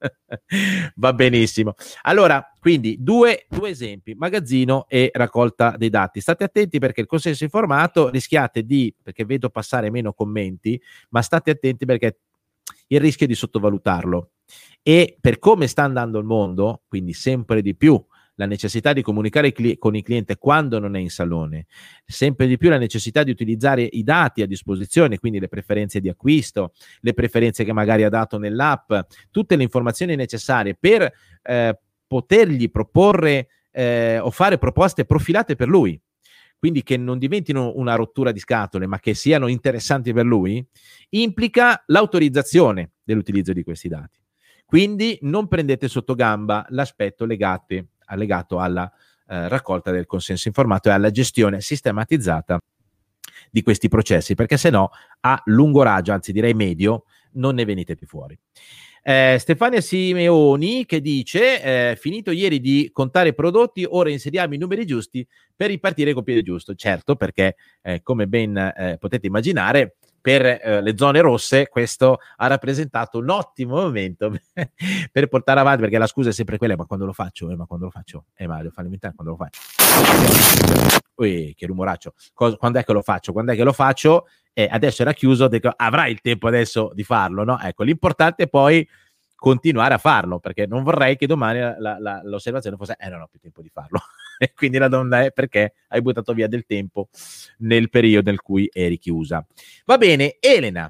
Va benissimo. Allora, quindi due, due esempi: magazzino e raccolta dei dati. State attenti, perché il consenso informato rischiate di, perché vedo passare meno commenti, ma state attenti perché il rischio è di sottovalutarlo, e per come sta andando il mondo, quindi sempre di più la necessità di comunicare cli- con il cliente quando non è in salone, sempre di più la necessità di utilizzare i dati a disposizione, quindi le preferenze di acquisto, le preferenze che magari ha dato nell'app, tutte le informazioni necessarie per eh, potergli proporre eh, o fare proposte profilate per lui, quindi che non diventino una rottura di scatole, ma che siano interessanti per lui, implica l'autorizzazione dell'utilizzo di questi dati. Quindi non prendete sotto gamba l'aspetto legate, legato alla eh, raccolta del consenso informato e alla gestione sistematizzata di questi processi, perché se no a lungo raggio, anzi direi medio, non ne venite più fuori. Eh, Stefania Simeoni che dice: eh, finito ieri di contare i prodotti, ora inseriamo i numeri giusti per ripartire col piede giusto. Certo, perché eh, come ben eh, potete immaginare, per eh, le zone rosse questo ha rappresentato un ottimo momento per portare avanti, perché la scusa è sempre quella: ma quando lo faccio? Eh, ma quando lo faccio? Eh, ma devo fare l'inventario, quando lo faccio? Ui, che rumoraccio. Cosa, quando è che lo faccio? Quando è che lo faccio? Eh, adesso era chiuso, dico, avrai il tempo adesso di farlo, no? Ecco, l'importante è poi continuare a farlo, perché non vorrei che domani la, la, l'osservazione fosse: eh, non ho più tempo di farlo. E quindi la domanda è: perché hai buttato via del tempo nel periodo in cui eri chiusa? Va bene, Elena,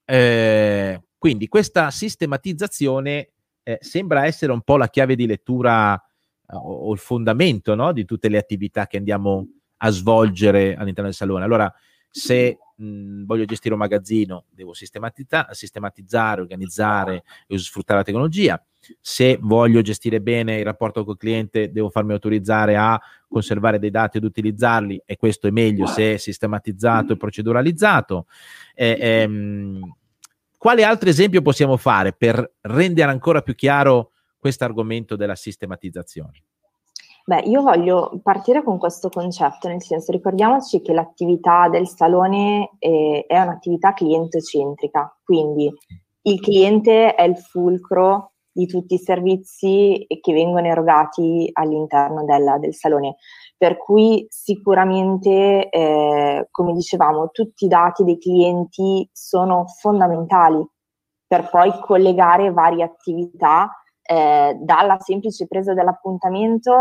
eh, quindi questa sistematizzazione eh, sembra essere un po' la chiave di lettura eh, o, o il fondamento, no, di tutte le attività che andiamo a svolgere all'interno del salone. Allora, se mh, voglio gestire un magazzino, devo sistematizza- sistematizzare, organizzare e sfruttare la tecnologia. Se voglio gestire bene il rapporto col cliente, devo farmi autorizzare a conservare dei dati ed utilizzarli, e questo è meglio se è sistematizzato e proceduralizzato. Eh, ehm, quale altro esempio possiamo fare per rendere ancora più chiaro questo argomento della sistematizzazione? Beh, io voglio partire con questo concetto, nel senso, ricordiamoci che l'attività del salone eh, è un'attività cliente-centrica, quindi il cliente è il fulcro di tutti i servizi che vengono erogati all'interno della, del salone, per cui sicuramente, eh, come dicevamo, tutti i dati dei clienti sono fondamentali per poi collegare varie attività, eh, dalla semplice presa dell'appuntamento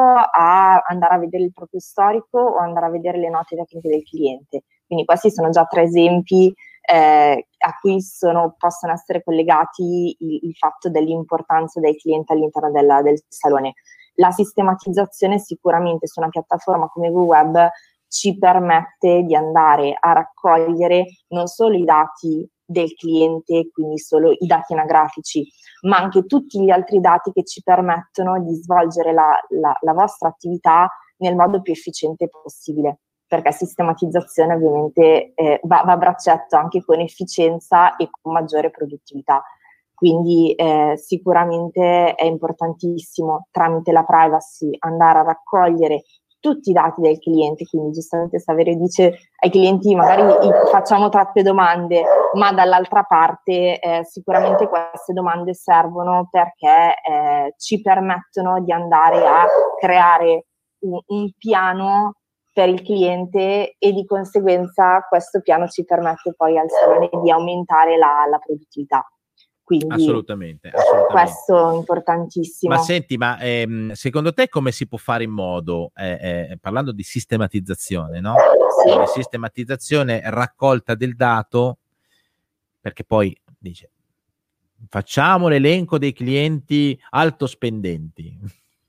a andare a vedere il proprio storico o andare a vedere le note tecniche del cliente. Quindi questi sono già tre esempi eh, a cui sono, possono essere collegati il, il fatto dell'importanza del cliente all'interno della, del salone. La sistematizzazione sicuramente su una piattaforma come Google Web ci permette di andare a raccogliere non solo i dati del cliente, quindi solo i dati anagrafici, ma anche tutti gli altri dati che ci permettono di svolgere la, la, la vostra attività nel modo più efficiente possibile, perché sistematizzazione ovviamente eh, va, va a braccetto anche con efficienza e con maggiore produttività. Quindi eh, sicuramente è importantissimo tramite la privacy andare a raccogliere tutti i dati del cliente, quindi giustamente Saverio dice ai clienti magari facciamo troppe domande, ma dall'altra parte eh, sicuramente queste domande servono perché eh, ci permettono di andare a creare un, un piano per il cliente e di conseguenza questo piano ci permette poi al salone di aumentare la, la produttività. Quindi assolutamente, assolutamente. Questo è importantissimo. Ma senti, ma ehm, secondo te come si può fare in modo, eh, eh, parlando di sistematizzazione, no? Sì. Quindi sistematizzazione, raccolta del dato, perché poi dice facciamo l'elenco dei clienti altospendenti.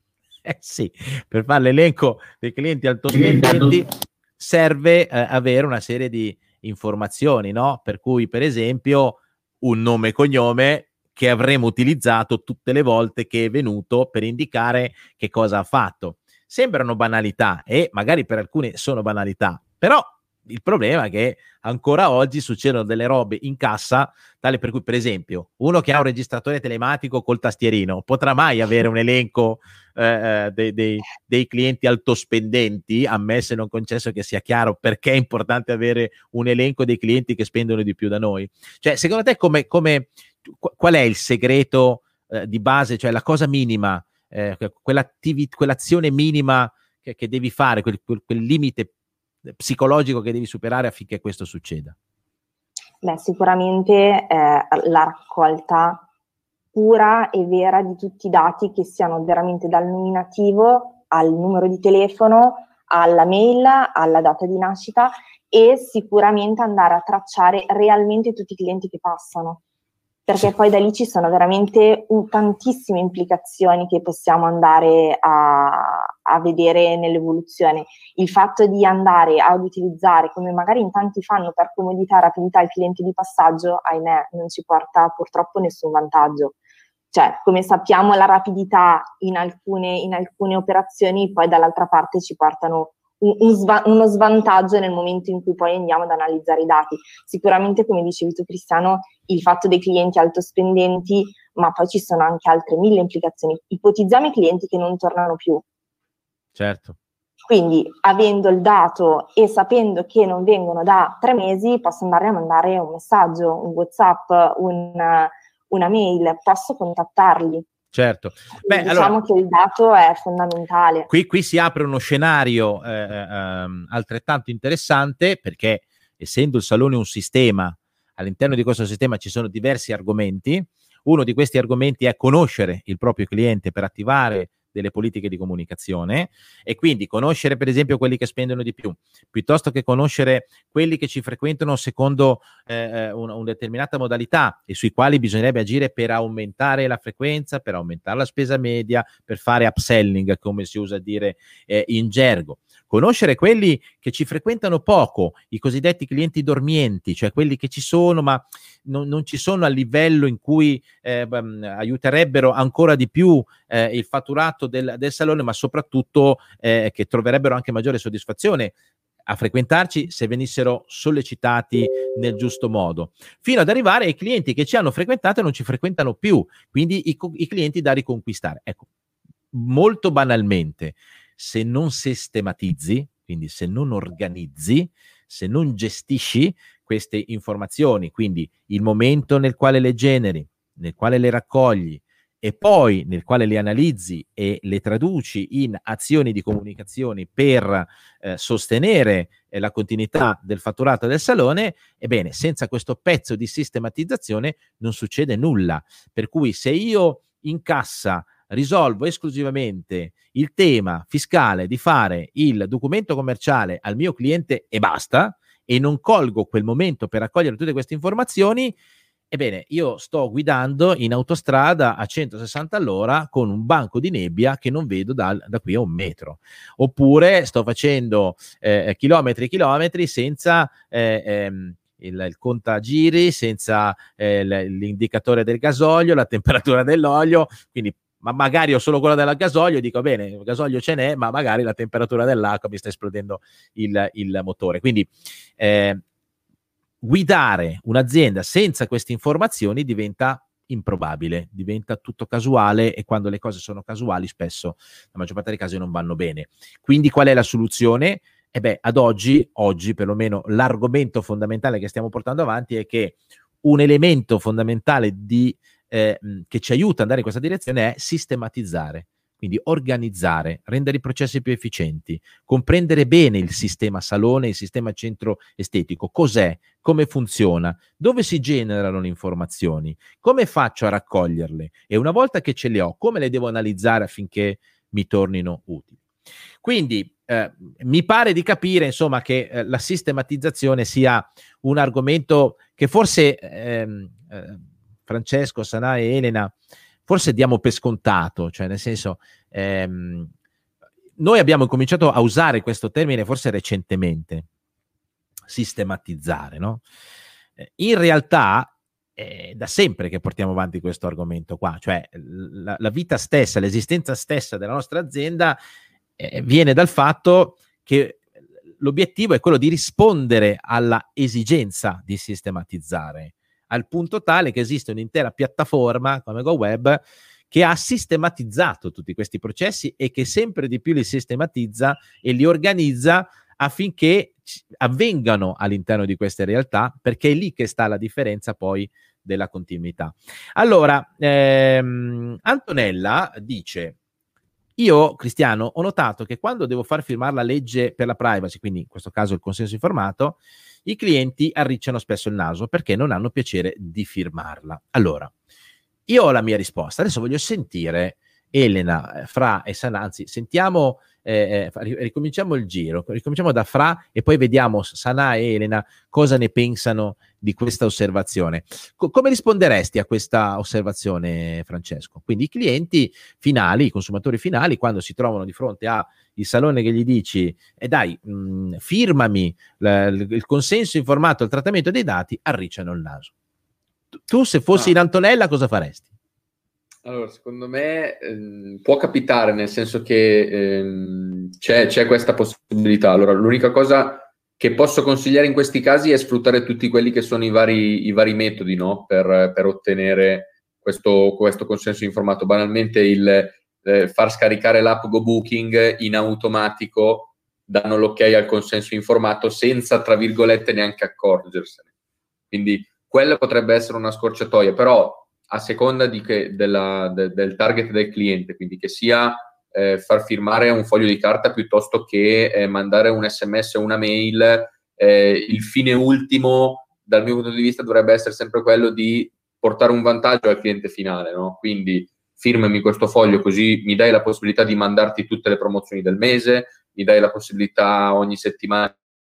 Eh sì, per fare l'elenco dei clienti altospendenti serve eh, avere una serie di informazioni, no? Per cui, per esempio, un nome e cognome che avremo utilizzato tutte le volte che è venuto per indicare che cosa ha fatto. Sembrano banalità e magari per alcuni sono banalità, però il problema è che ancora oggi succedono delle robe in cassa, tale per cui, per esempio, uno che ha un registratore telematico col tastierino potrà mai avere un elenco eh, dei, dei, dei clienti altospendenti, ammesso e non concesso che sia chiaro perché è importante avere un elenco dei clienti che spendono di più da noi. Cioè, secondo te come, come qual è il segreto eh, di base, cioè la cosa minima, eh, quell'azione minima che, che devi fare, quel, quel, quel limite psicologico che devi superare affinché questo succeda? Beh, sicuramente eh, la raccolta pura e vera di tutti i dati, che siano veramente dal nominativo al numero di telefono, alla mail, alla data di nascita, e sicuramente andare a tracciare realmente tutti i clienti che passano, perché poi da lì ci sono veramente un, tantissime implicazioni che possiamo andare a, a vedere nell'evoluzione. Il fatto di andare ad utilizzare, come magari in tanti fanno per comodità e rapidità, il cliente di passaggio, ahimè, non ci porta purtroppo nessun vantaggio. Cioè, come sappiamo, la rapidità in alcune, in alcune operazioni poi dall'altra parte ci portano un, un sva- uno svantaggio nel momento in cui poi andiamo ad analizzare i dati. Sicuramente, come dicevi tu, Cristiano, il fatto dei clienti altospendenti, ma poi ci sono anche altre mille implicazioni. Ipotizziamo i clienti che non tornano più. Certo. Quindi, avendo il dato e sapendo che non vengono da tre mesi, posso andare a mandare un messaggio, un WhatsApp, un, una mail, posso contattarli. Certo. Beh, diciamo allora, che il dato è fondamentale. Qui, qui si apre uno scenario eh, eh, altrettanto interessante, perché essendo il salone un sistema, all'interno di questo sistema ci sono diversi argomenti. Uno di questi argomenti è conoscere il proprio cliente per attivare delle politiche di comunicazione, e quindi conoscere per esempio quelli che spendono di più, piuttosto che conoscere quelli che ci frequentano secondo eh, una, una determinata modalità e sui quali bisognerebbe agire per aumentare la frequenza, per aumentare la spesa media, per fare upselling, come si usa a dire eh, in gergo. Conoscere quelli che ci frequentano poco, i cosiddetti clienti dormienti, cioè quelli che ci sono ma non, non ci sono a livello in cui eh, aiuterebbero ancora di più eh, il fatturato del, del salone, ma soprattutto eh, che troverebbero anche maggiore soddisfazione a frequentarci se venissero sollecitati nel giusto modo, fino ad arrivare ai clienti che ci hanno frequentato e non ci frequentano più, quindi i, i clienti da riconquistare. Ecco, molto banalmente, se non sistematizzi, quindi se non organizzi, se non gestisci queste informazioni, quindi il momento nel quale le generi, nel quale le raccogli e poi nel quale le analizzi e le traduci in azioni di comunicazione per eh, sostenere eh, la continuità del fatturato del salone, ebbene, senza questo pezzo di sistematizzazione non succede nulla. Per cui se io in cassa risolvo esclusivamente il tema fiscale di fare il documento commerciale al mio cliente e basta, e non colgo quel momento per raccogliere tutte queste informazioni, ebbene, io sto guidando in autostrada a centosessanta all'ora con un banco di nebbia che non vedo da, da qui a un metro. Oppure sto facendo eh, chilometri e chilometri senza eh, ehm, il, il contagiri, senza eh, l'indicatore del gasolio, la temperatura dell'olio, quindi ma magari ho solo quello del gasolio e dico bene, il gasolio ce n'è, ma magari la temperatura dell'acqua mi sta esplodendo il, il motore. Quindi eh, guidare un'azienda senza queste informazioni diventa improbabile, diventa tutto casuale, e quando le cose sono casuali spesso la maggior parte dei casi non vanno bene. Quindi qual è la soluzione? E beh, ad oggi, oggi perlomeno l'argomento fondamentale che stiamo portando avanti è che un elemento fondamentale di Eh, che ci aiuta ad andare in questa direzione è sistematizzare, quindi organizzare, rendere i processi più efficienti, comprendere bene il sistema salone, il sistema centro estetico, cos'è, come funziona, dove si generano le informazioni, come faccio a raccoglierle e una volta che ce le ho, come le devo analizzare affinché mi tornino utili. Quindi eh, mi pare di capire, insomma, che eh, la sistematizzazione sia un argomento che forse ehm, eh, Francesco, Sanà e Elena forse diamo per scontato, cioè nel senso ehm, noi abbiamo cominciato a usare questo termine forse recentemente, sistematizzare, no? Eh, in realtà è da sempre che portiamo avanti questo argomento qua, cioè la, la vita stessa, l'esistenza stessa della nostra azienda eh, viene dal fatto che l'obiettivo è quello di rispondere alla esigenza di sistematizzare, al punto tale che esiste un'intera piattaforma come GoWeb che ha sistematizzato tutti questi processi e che sempre di più li sistematizza e li organizza affinché avvengano all'interno di queste realtà, perché è lì che sta la differenza poi della continuità. Allora, ehm, Antonella dice: io, Cristiano, ho notato che quando devo far firmare la legge per la privacy, quindi in questo caso il consenso informato, i clienti arricciano spesso il naso perché non hanno piacere di firmarla. Allora, io ho la mia risposta. Adesso voglio sentire Elena, Fra e Sanà, anzi, sentiamo, eh, ricominciamo il giro, ricominciamo da Fra e poi vediamo Sanà e Elena cosa ne pensano di questa osservazione. Co- come risponderesti a questa osservazione, Francesco? Quindi i clienti finali, i consumatori finali, quando si trovano di fronte a il salone che gli dici eh dai, mh, firmami la, il consenso informato al trattamento dei dati, arricciano il naso. Tu, tu se fossi ah. in Antonella cosa faresti? Allora, secondo me ehm, può capitare, nel senso che ehm, c'è, c'è questa possibilità. Allora, l'unica cosa che posso consigliare in questi casi è sfruttare tutti quelli che sono i vari, i vari metodi, no? per, per ottenere questo, questo consenso informato. Banalmente il eh, far scaricare l'app GoBooking in automatico danno l'ok al consenso informato senza, tra virgolette, neanche accorgersene. Quindi quella potrebbe essere una scorciatoia, però a seconda di che, della, de, del target del cliente, quindi che sia eh, far firmare un foglio di carta piuttosto che eh, mandare un sms o una mail, eh, il fine ultimo dal mio punto di vista dovrebbe essere sempre quello di portare un vantaggio al cliente finale, no? Quindi firmami questo foglio così mi dai la possibilità di mandarti tutte le promozioni del mese, mi dai la possibilità ogni settimana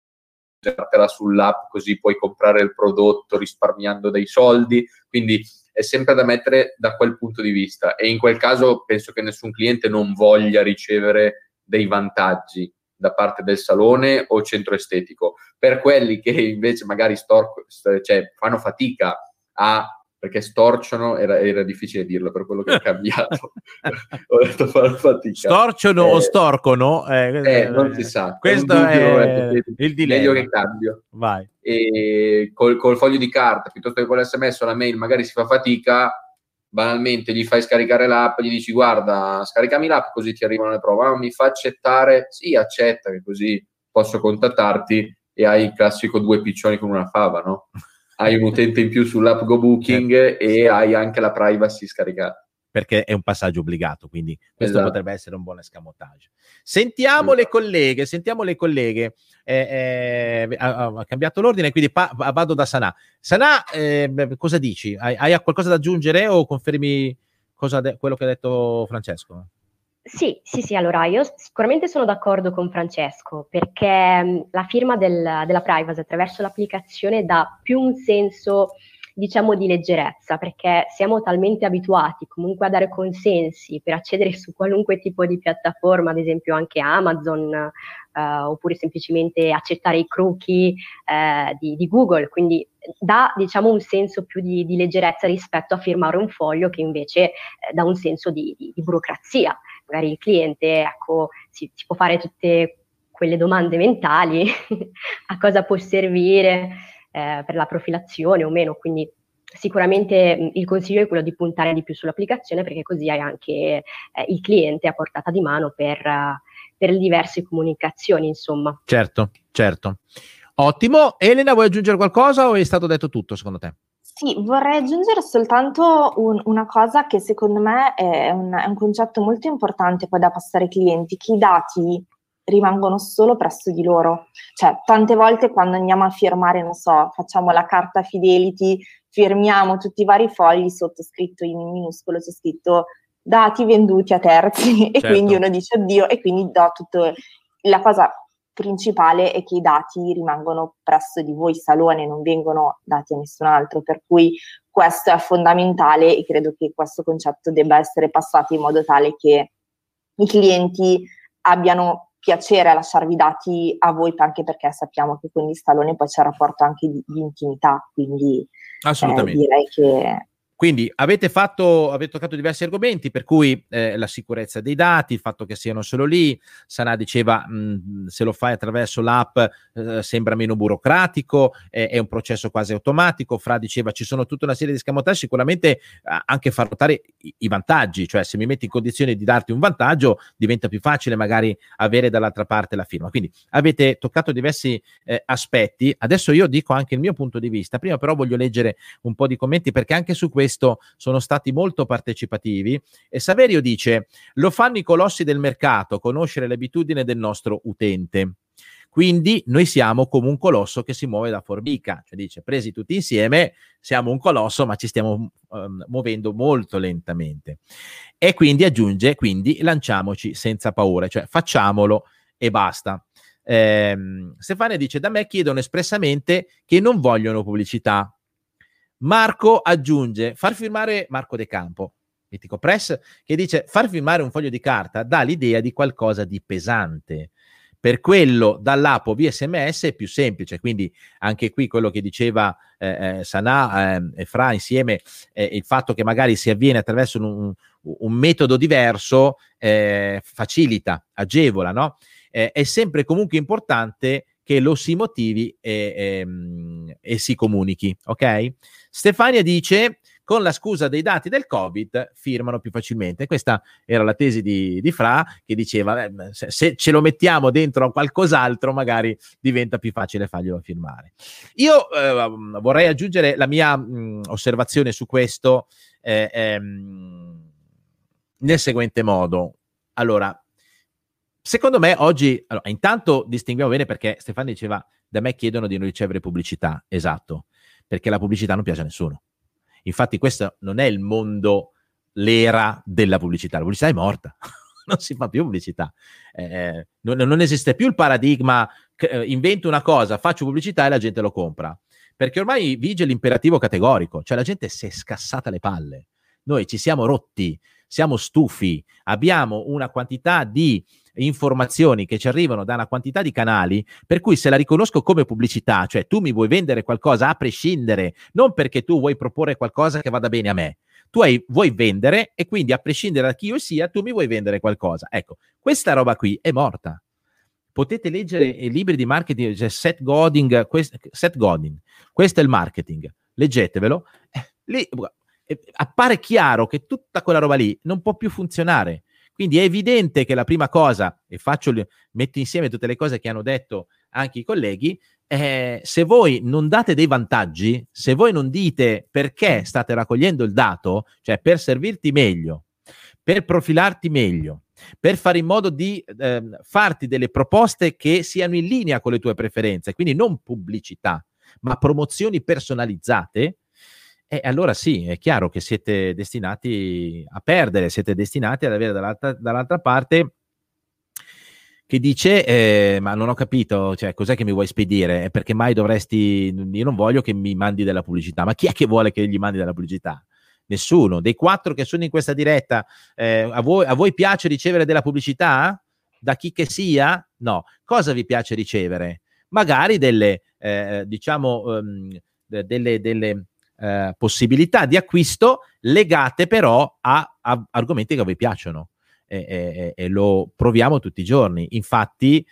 di metterla sull'app così puoi comprare il prodotto risparmiando dei soldi, quindi è sempre da mettere da quel punto di vista, e in quel caso penso che nessun cliente non voglia ricevere dei vantaggi da parte del salone o centro estetico. Per quelli che invece magari storco, cioè fanno fatica a, perché storciono, era, era difficile dirlo per quello che è cambiato, ho detto fanno fatica. Storciono eh, o storcono? Eh, eh, non si sa. Questo è, dubbio, è detto, il dilemma. Meglio che cambio. Vai. E col, col foglio di carta piuttosto che con l'esse emme esse o la mail magari si fa fatica, banalmente gli fai scaricare l'app, gli dici guarda, scaricami l'app così ti arrivano le prove, ah, mi fa accettare, sì, accetta, che così posso contattarti, e hai il classico due piccioni con una fava, no? Hai un utente in più sull'app GoBooking certo. e hai anche la privacy scaricata. Perché è un passaggio obbligato, quindi questo esatto. potrebbe essere un buon escamotage. Sentiamo esatto. le colleghe, sentiamo le colleghe. Eh, eh, ha, ha cambiato l'ordine, quindi pa- vado da Sanà. Sanà, eh, cosa dici? Hai, hai qualcosa da aggiungere o confermi cosa de- quello che ha detto Francesco? Sì, sì, sì, allora io sicuramente sono d'accordo con Francesco, perché mh, la firma del, della privacy attraverso l'applicazione dà più un senso, diciamo, di leggerezza, perché siamo talmente abituati comunque a dare consensi per accedere su qualunque tipo di piattaforma, ad esempio anche Amazon, eh, oppure semplicemente accettare i cookie eh, di, di Google, quindi dà, diciamo, un senso più di, di leggerezza rispetto a firmare un foglio che invece eh, dà un senso di, di, di burocrazia. Magari il cliente, ecco, si, si può fare tutte quelle domande mentali a cosa può servire eh, per la profilazione o meno, quindi sicuramente mh, il consiglio è quello di puntare di più sull'applicazione, perché così hai anche eh, il cliente a portata di mano per, uh, per le diverse comunicazioni, insomma. Certo, certo. Ottimo. Elena, vuoi aggiungere qualcosa o è stato detto tutto secondo te? Sì, vorrei aggiungere soltanto un, una cosa che secondo me è un, è un concetto molto importante poi da passare ai clienti, che i dati rimangono solo presso di loro. Cioè, tante volte quando andiamo a firmare, non so, facciamo la carta Fidelity, firmiamo tutti i vari fogli, sottoscritto in minuscolo c'è scritto dati venduti a terzi, e certo. quindi uno dice oddio, e quindi do tutto. La cosa principale è che i dati rimangono presso di voi salone, non vengono dati a nessun altro, per cui questo è fondamentale e credo che questo concetto debba essere passato in modo tale che i clienti abbiano piacere a lasciarvi i dati a voi, anche perché sappiamo che con il salone poi c'è un rapporto anche di, di intimità, quindi eh, direi che... Quindi avete fatto, avete toccato diversi argomenti, per cui eh, la sicurezza dei dati, il fatto che siano solo lì. Sanà diceva mh, se lo fai attraverso l'app eh, sembra meno burocratico, eh, è un processo quasi automatico. Fra diceva ci sono tutta una serie di escamotage, sicuramente eh, anche far notare i, i vantaggi, cioè se mi metti in condizione di darti un vantaggio diventa più facile magari avere dall'altra parte la firma. Quindi avete toccato diversi eh, aspetti. Adesso io dico anche il mio punto di vista, prima però voglio leggere un po' di commenti, perché anche su questo sono stati molto partecipativi. E Saverio dice: lo fanno i colossi del mercato, conoscere le abitudini del nostro utente, quindi noi siamo come un colosso che si muove da formica, cioè dice presi tutti insieme siamo un colosso ma ci stiamo um, muovendo molto lentamente. E quindi aggiunge, quindi lanciamoci senza paura, cioè facciamolo e basta. eh, Stefania dice: da me chiedono espressamente che non vogliono pubblicità. Marco aggiunge: far firmare, Marco De Campo, Mitico Press, che dice: far firmare un foglio di carta dà l'idea di qualcosa di pesante. Per quello dall'app o via sms è più semplice. Quindi anche qui quello che diceva eh, Sanà eh, e Fra insieme, eh, il fatto che magari si avviene attraverso un, un metodo diverso eh, facilita, agevola, no? Eh, è sempre comunque importante che lo si motivi e, e, e si comunichi, ok? Stefania dice: con la scusa dei dati del Covid firmano più facilmente. Questa era la tesi di, di Fra, che diceva eh, se, se ce lo mettiamo dentro a qualcos'altro magari diventa più facile farglielo firmare. Io eh, vorrei aggiungere la mia mh, osservazione su questo eh, ehm, nel seguente modo. Allora, secondo me oggi, allora, intanto distinguiamo bene, perché Stefano diceva: da me chiedono di non ricevere pubblicità. Esatto, perché la pubblicità non piace a nessuno. Infatti questo non è il mondo, l'era della pubblicità. La pubblicità è morta, non si fa più pubblicità. Eh, non, non esiste più il paradigma che, eh, invento una cosa, faccio pubblicità e la gente lo compra. Perché ormai vige l'imperativo categorico, cioè la gente si è scassata le palle. Noi ci siamo rotti, siamo stufi, abbiamo una quantità di informazioni che ci arrivano da una quantità di canali, per cui se la riconosco come pubblicità, cioè tu mi vuoi vendere qualcosa a prescindere, non perché tu vuoi proporre qualcosa che vada bene a me, tu hai, vuoi vendere, e quindi a prescindere da chi io sia tu mi vuoi vendere qualcosa. Ecco, questa roba qui è morta. Potete leggere i libri di marketing, cioè Seth Godin, quest, Seth Godin, questo è il marketing, leggetevelo. Eh, lì eh, appare chiaro che tutta quella roba lì non può più funzionare. Quindi è evidente che la prima cosa, e faccio, metto insieme tutte le cose che hanno detto anche i colleghi, eh, se voi non date dei vantaggi, se voi non dite perché state raccogliendo il dato, cioè per servirti meglio, per profilarti meglio, per fare in modo di eh, farti delle proposte che siano in linea con le tue preferenze, quindi non pubblicità, ma promozioni personalizzate, e eh, allora sì, è chiaro che siete destinati a perdere, siete destinati ad avere dall'altra, dall'altra parte che dice, eh, ma non ho capito, cioè cos'è che mi vuoi spedire? Perché mai dovresti, io non voglio che mi mandi della pubblicità, ma chi è che vuole che gli mandi della pubblicità? Nessuno. Dei quattro che sono in questa diretta, eh, a, voi, a voi piace ricevere della pubblicità? Da chi che sia? No. Cosa vi piace ricevere? Magari delle, eh, diciamo, um, delle, delle uh, possibilità di acquisto legate però a, a argomenti che a voi piacciono. E, e, e lo proviamo tutti i giorni. Infatti,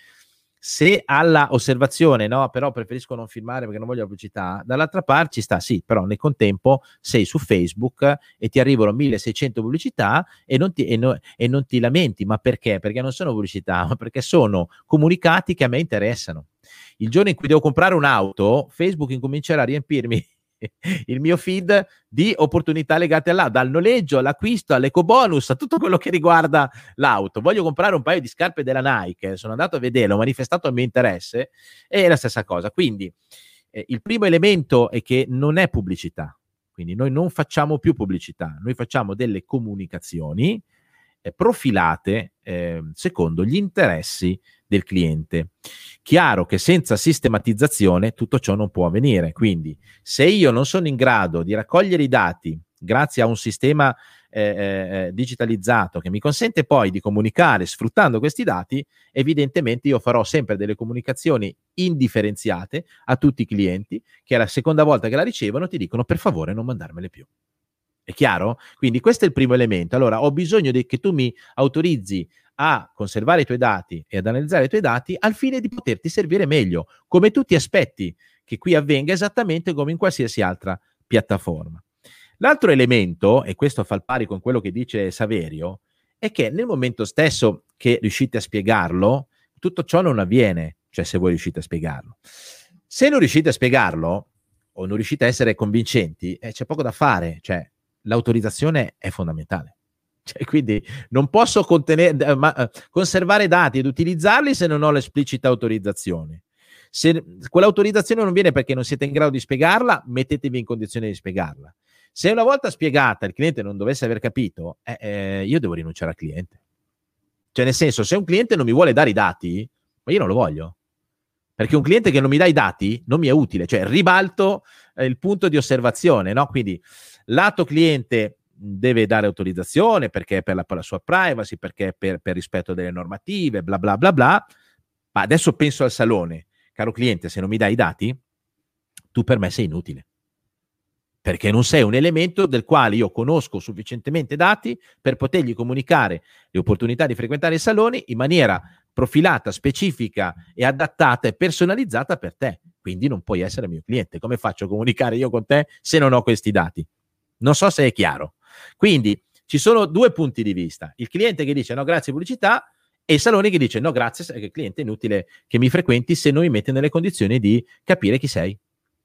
se alla osservazione no, però preferisco non filmare perché non voglio la pubblicità, dall'altra parte ci sta, sì, però nel contempo sei su Facebook e ti arrivano milleseicento pubblicità e non ti, e no, e non ti lamenti. Ma perché? Perché non sono pubblicità, ma perché sono comunicati che a me interessano. Il giorno in cui devo comprare un'auto, Facebook incomincerà a riempirmi il mio feed di opportunità legate all'auto, dal noleggio all'acquisto, all'ecobonus, a tutto quello che riguarda l'auto. Voglio comprare un paio di scarpe della Nike, sono andato a vederlo, ho manifestato il mio interesse, è la stessa cosa. Quindi eh, il primo elemento è che non è pubblicità, quindi noi non facciamo più pubblicità, noi facciamo delle comunicazioni eh, profilate eh, secondo gli interessi del cliente. Chiaro che senza sistematizzazione tutto ciò non può avvenire, quindi se io non sono in grado di raccogliere i dati grazie a un sistema eh, eh, digitalizzato che mi consente poi di comunicare sfruttando questi dati, evidentemente io farò sempre delle comunicazioni indifferenziate a tutti i clienti che la seconda volta che la ricevono ti dicono per favore non mandarmele più. È chiaro? Quindi questo è il primo elemento. Allora ho bisogno di, che tu mi autorizzi a conservare i tuoi dati e ad analizzare i tuoi dati al fine di poterti servire meglio, come tu ti aspetti che qui avvenga esattamente come in qualsiasi altra piattaforma. L'altro elemento, e questo fa il pari con quello che dice Saverio, è che nel momento stesso che riuscite a spiegarlo, tutto ciò non avviene, cioè se voi riuscite a spiegarlo. Se non riuscite a spiegarlo o non riuscite a essere convincenti, eh, c'è poco da fare, cioè l'autorizzazione è fondamentale. Cioè, quindi non posso contenere, ma, uh, conservare dati ed utilizzarli se non ho l'esplicita autorizzazione. Se quell'autorizzazione non viene perché non siete in grado di spiegarla, mettetevi in condizione di spiegarla. Se una volta spiegata il cliente non dovesse aver capito, eh, eh, io devo rinunciare al cliente. Cioè, nel senso, se un cliente non mi vuole dare i dati, ma io non lo voglio. Perché un cliente che non mi dà i dati non mi è utile, cioè ribalto eh, il punto di osservazione, no? Quindi lato cliente deve dare autorizzazione perché per la, per la sua privacy, perché per, per rispetto delle normative, bla bla bla bla, ma adesso penso al salone. Caro cliente, se non mi dai i dati, tu per me sei inutile, perché non sei un elemento del quale io conosco sufficientemente dati per potergli comunicare le opportunità di frequentare i saloni in maniera profilata, specifica e adattata e personalizzata per te. Quindi non puoi essere mio cliente. Come faccio a comunicare io con te se non ho questi dati? Non so se è chiaro. Quindi ci sono due punti di vista: il cliente che dice no grazie pubblicità e il salone che dice no grazie, il cliente è inutile che mi frequenti se non mi mette nelle condizioni di capire chi sei.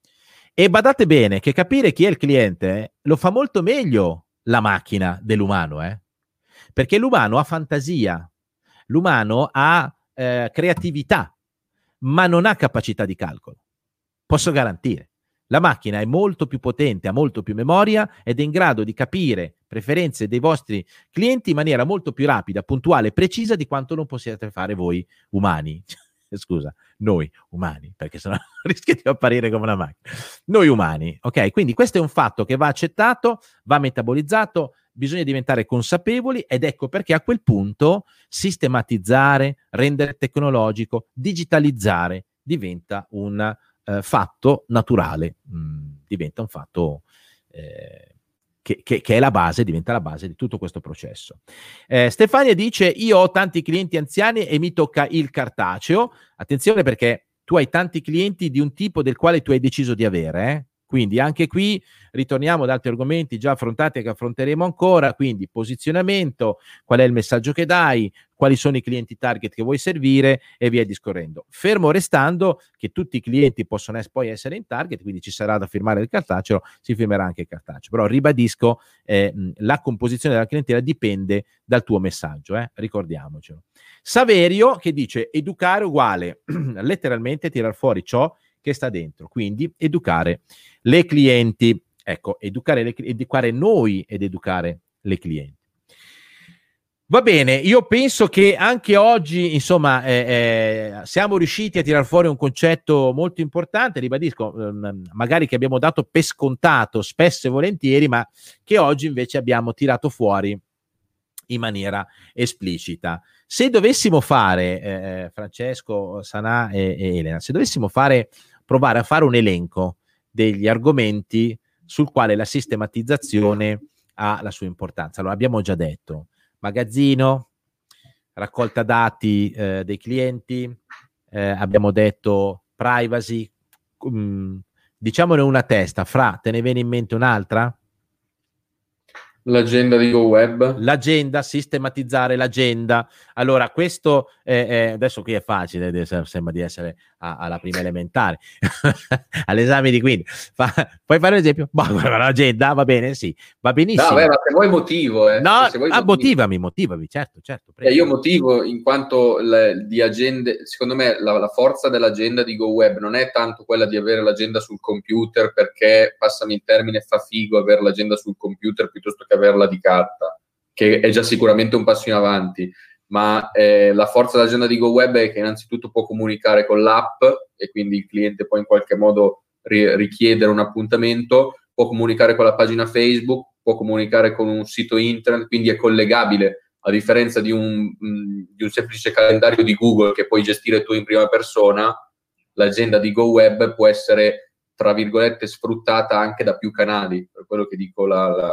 E badate bene che capire chi è il cliente lo fa molto meglio la macchina dell'umano, eh? Perché l'umano ha fantasia, l'umano ha eh, creatività, ma non ha capacità di calcolo. Posso garantire. La macchina è molto più potente, ha molto più memoria ed è in grado di capire preferenze dei vostri clienti in maniera molto più rapida, puntuale e precisa di quanto non possiate fare voi umani. Scusa, noi umani, perché sennò rischia di apparire come una macchina. Noi umani, ok? Quindi questo è un fatto che va accettato, va metabolizzato, bisogna diventare consapevoli ed ecco perché a quel punto sistematizzare, rendere tecnologico, digitalizzare diventa un Uh, fatto naturale, mh, diventa un fatto eh, che, che, che è la base, diventa la base di tutto questo processo. Eh, Stefania dice: io ho tanti clienti anziani e mi tocca il cartaceo. Attenzione, perché tu hai tanti clienti di un tipo del quale tu hai deciso di avere, eh? Quindi anche qui ritorniamo ad altri argomenti già affrontati che affronteremo ancora, quindi posizionamento, qual è il messaggio che dai, quali sono i clienti target che vuoi servire e via discorrendo. Fermo restando che tutti i clienti possono es- poi essere in target, quindi ci sarà da firmare il cartaceo, si firmerà anche il cartaceo. Però ribadisco, eh, la composizione della clientela dipende dal tuo messaggio, eh? Ricordiamocelo. Saverio che dice educare uguale letteralmente tirar fuori ciò che sta dentro, quindi educare le clienti, ecco, educare, le, educare noi ed educare le clienti. Va bene, io penso che anche oggi, insomma, eh, eh, siamo riusciti a tirar fuori un concetto molto importante, ribadisco, ehm, magari che abbiamo dato per scontato spesso e volentieri, ma che oggi invece abbiamo tirato fuori in maniera esplicita. Se dovessimo fare, eh, Francesco, Sanà e, e Elena, se dovessimo fare, provare a fare un elenco degli argomenti sul quale la sistematizzazione ha la sua importanza. Allora, abbiamo già detto magazzino, raccolta dati eh, dei clienti, eh, abbiamo detto privacy, um, diciamone una testa. Fra, te ne viene in mente un'altra? L'agenda di GoWeb. L'agenda, sistematizzare l'agenda. Allora, questo è, è, adesso qui è facile, sembra di essere a, alla prima elementare, all'esame di quinta. Fa, puoi fare un esempio? Boh, l'agenda, va bene, sì, va benissimo. No, beh, ma se vuoi motivo, eh. No, se vuoi ah, motivo. motivami, motivami, certo, certo. Eh, io motivo in quanto le, di agende, secondo me la, la forza dell'agenda di GoWeb non è tanto quella di avere l'agenda sul computer, perché, passami il termine, fa figo avere l'agenda sul computer piuttosto che averla di carta, che è già sicuramente un passo in avanti, ma eh, la forza dell'agenda di GoWeb è che innanzitutto può comunicare con l'app e quindi il cliente può in qualche modo ri- richiedere un appuntamento, può comunicare con la pagina Facebook, può comunicare con un sito internet, quindi è collegabile. A differenza di un, di un semplice calendario di Google che puoi gestire tu in prima persona, l'agenda di GoWeb può essere, tra virgolette, sfruttata anche da più canali. Per quello che dico, la, la,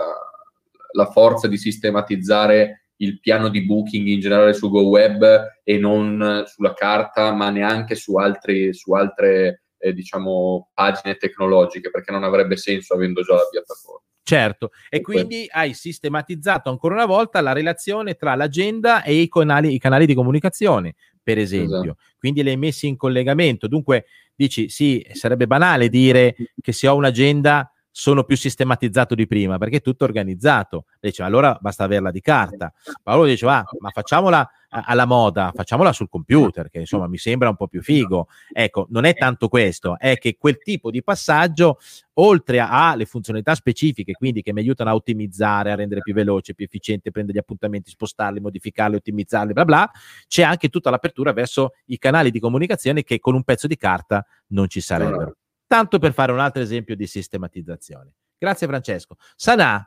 la forza di sistematizzare il piano di booking in generale su GoWeb e non sulla carta, ma neanche su, altri, su altre eh, diciamo, pagine tecnologiche, perché non avrebbe senso avendo già la piattaforma. Certo, e quindi hai sistematizzato ancora una volta la relazione tra l'agenda e i canali, i canali di comunicazione, per esempio. Esatto. Quindi li hai messi in collegamento. Dunque dici, sì, sarebbe banale dire che se ho un'agenda sono più sistematizzato di prima, perché è tutto organizzato. Dice, allora basta averla di carta. Paolo dice, ah, ma facciamola alla moda, facciamola sul computer, che insomma mi sembra un po' più figo. Ecco, non è tanto questo, è che quel tipo di passaggio, oltre alle funzionalità specifiche, quindi che mi aiutano a ottimizzare, a rendere più veloce, più efficiente, prendere gli appuntamenti, spostarli, modificarli, ottimizzarli, bla bla, c'è anche tutta l'apertura verso i canali di comunicazione che con un pezzo di carta non ci sarebbero. Tanto per fare un altro esempio di sistematizzazione. Grazie Francesco. Sanà,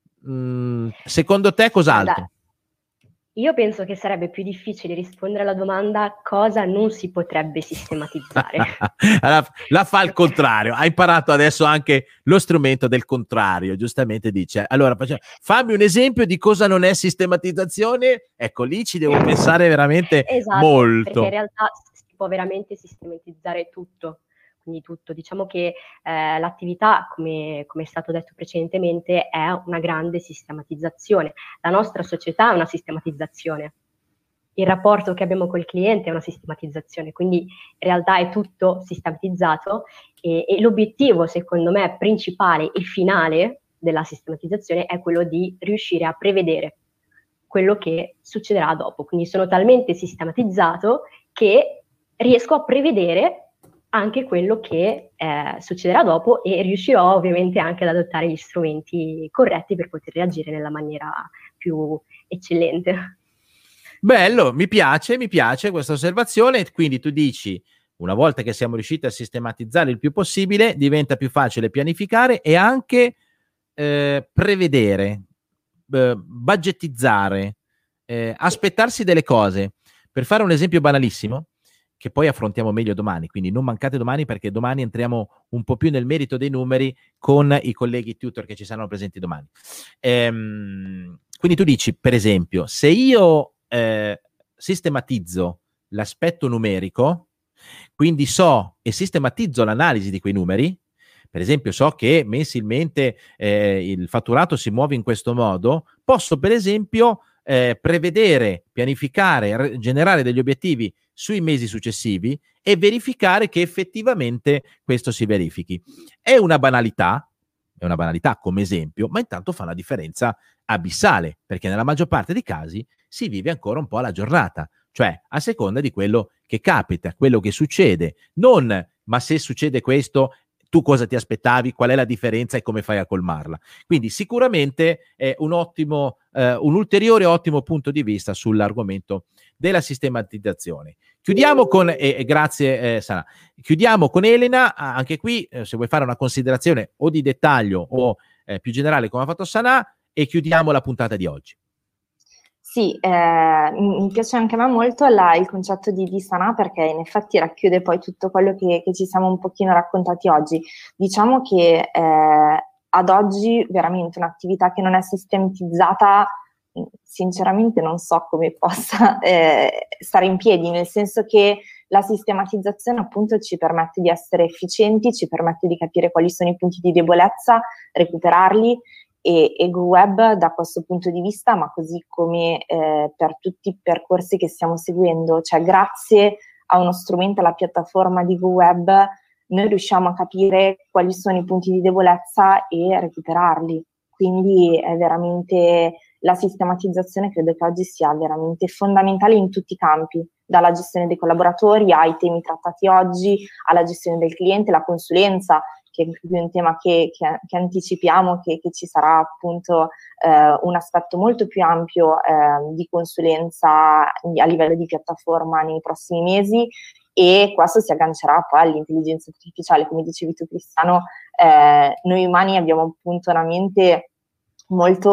mh, secondo te cos'altro? Io penso che sarebbe più difficile rispondere alla domanda cosa non si potrebbe sistematizzare. la, la fa al contrario, ha imparato adesso anche lo strumento del contrario, giustamente dice, allora fammi un esempio di cosa non è sistematizzazione, ecco lì ci devo pensare veramente esatto, molto. Perché in realtà si può veramente sistematizzare tutto. Quindi tutto, diciamo che eh, l'attività, come, come è stato detto precedentemente, è una grande sistematizzazione. La nostra società è una sistematizzazione, il rapporto che abbiamo col cliente è una sistematizzazione, quindi in realtà è tutto sistematizzato e, e l'obiettivo, secondo me, principale e finale della sistematizzazione è quello di riuscire a prevedere quello che succederà dopo. Quindi sono talmente sistematizzato che riesco a prevedere anche quello che eh, succederà dopo e riuscirò ovviamente anche ad adottare gli strumenti corretti per poter reagire nella maniera più eccellente. Bello, mi piace, mi piace questa osservazione. Quindi tu dici, una volta che siamo riusciti a sistematizzare il più possibile, diventa più facile pianificare e anche eh, prevedere, eh, budgetizzare, eh, aspettarsi delle cose. Per fare un esempio banalissimo, che poi affrontiamo meglio domani, quindi non mancate domani perché domani entriamo un po' più nel merito dei numeri con i colleghi tutor che ci saranno presenti domani. Ehm, quindi tu dici, per esempio, se io eh, sistematizzo l'aspetto numerico, quindi so e sistematizzo l'analisi di quei numeri, per esempio so che mensilmente eh, il fatturato si muove in questo modo, posso per esempio eh, prevedere, pianificare, re- generare degli obiettivi sui mesi successivi e verificare che effettivamente questo si verifichi. È una banalità, è una banalità come esempio, ma intanto fa una differenza abissale, perché nella maggior parte dei casi si vive ancora un po' alla giornata, cioè a seconda di quello che capita, quello che succede, non ma se succede questo tu cosa ti aspettavi, qual è la differenza e come fai a colmarla. Quindi sicuramente è un ottimo, eh, un ulteriore ottimo punto di vista sull'argomento della sistematizzazione. Chiudiamo con, e eh, grazie eh, Sana, chiudiamo con Elena, anche qui eh, se vuoi fare una considerazione o di dettaglio o eh, più generale come ha fatto Sana, e chiudiamo la puntata di oggi. Sì, eh, mi piace anche a me molto la, il concetto di, di Sana, perché in effetti racchiude poi tutto quello che, che ci siamo un pochino raccontati oggi. Diciamo che eh, ad oggi veramente un'attività che non è sistematizzata, sinceramente non so come possa eh, stare in piedi, nel senso che la sistematizzazione appunto ci permette di essere efficienti, ci permette di capire quali sono i punti di debolezza, recuperarli. E, e GoWeb da questo punto di vista, ma così come eh, per tutti i percorsi che stiamo seguendo, cioè grazie a uno strumento, alla piattaforma di GoWeb, noi riusciamo a capire quali sono i punti di debolezza e recuperarli. Quindi è veramente, la sistematizzazione credo che oggi sia veramente fondamentale in tutti i campi, dalla gestione dei collaboratori ai temi trattati oggi, alla gestione del cliente, la consulenza, che è un tema che, che, che anticipiamo, che, che ci sarà appunto eh, un aspetto molto più ampio eh, di consulenza a livello di piattaforma nei prossimi mesi, e questo si aggancerà poi all'intelligenza artificiale. Come dicevi tu Cristiano, eh, noi umani abbiamo appunto una mente molto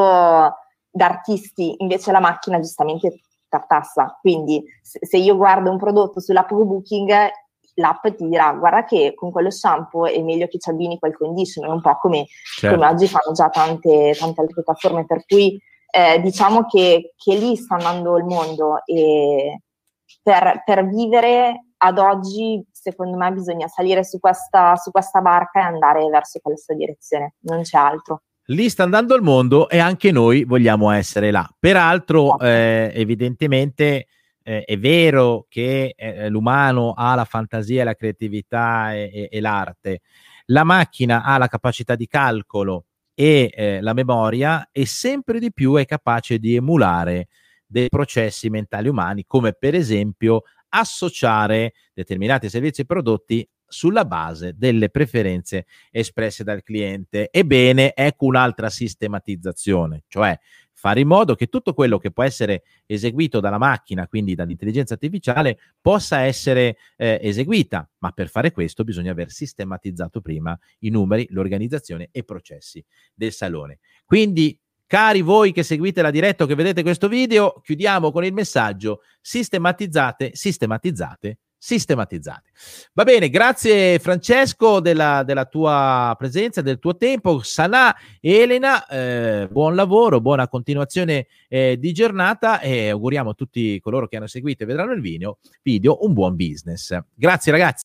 da artisti, invece la macchina giustamente tartassa, quindi se, se io guardo un prodotto sull'app Booking, l'app ti dirà guarda che con quello shampoo è meglio che ci abbini quel conditioner, un po' come, certo. come oggi fanno già tante, tante altre piattaforme, per cui eh, diciamo che, che lì sta andando il mondo, e per, per vivere ad oggi secondo me bisogna salire su questa, su questa barca e andare verso questa direzione, non c'è altro. Lì sta andando il mondo e anche noi vogliamo essere là. Peraltro eh, evidentemente Eh, è vero che eh, l'umano ha la fantasia, la creatività e, e, e l'arte, la macchina ha la capacità di calcolo e eh, la memoria, e sempre di più è capace di emulare dei processi mentali umani, come per esempio associare determinati servizi e prodotti sulla base delle preferenze espresse dal cliente. Ebbene, ecco un'altra sistematizzazione, cioè fare in modo che tutto quello che può essere eseguito dalla macchina, quindi dall'intelligenza artificiale, possa essere eh, eseguita, ma per fare questo bisogna aver sistematizzato prima i numeri, l'organizzazione e i processi del salone. Quindi, cari voi che seguite la diretta o che vedete questo video, chiudiamo con il messaggio: sistematizzate, sistematizzate, sistematizzate. Va bene, grazie Francesco della, della tua presenza, del tuo tempo. Sana e Elena, eh, buon lavoro, buona continuazione eh, di giornata, e auguriamo a tutti coloro che hanno seguito e vedranno il video, video un buon business. Grazie ragazzi.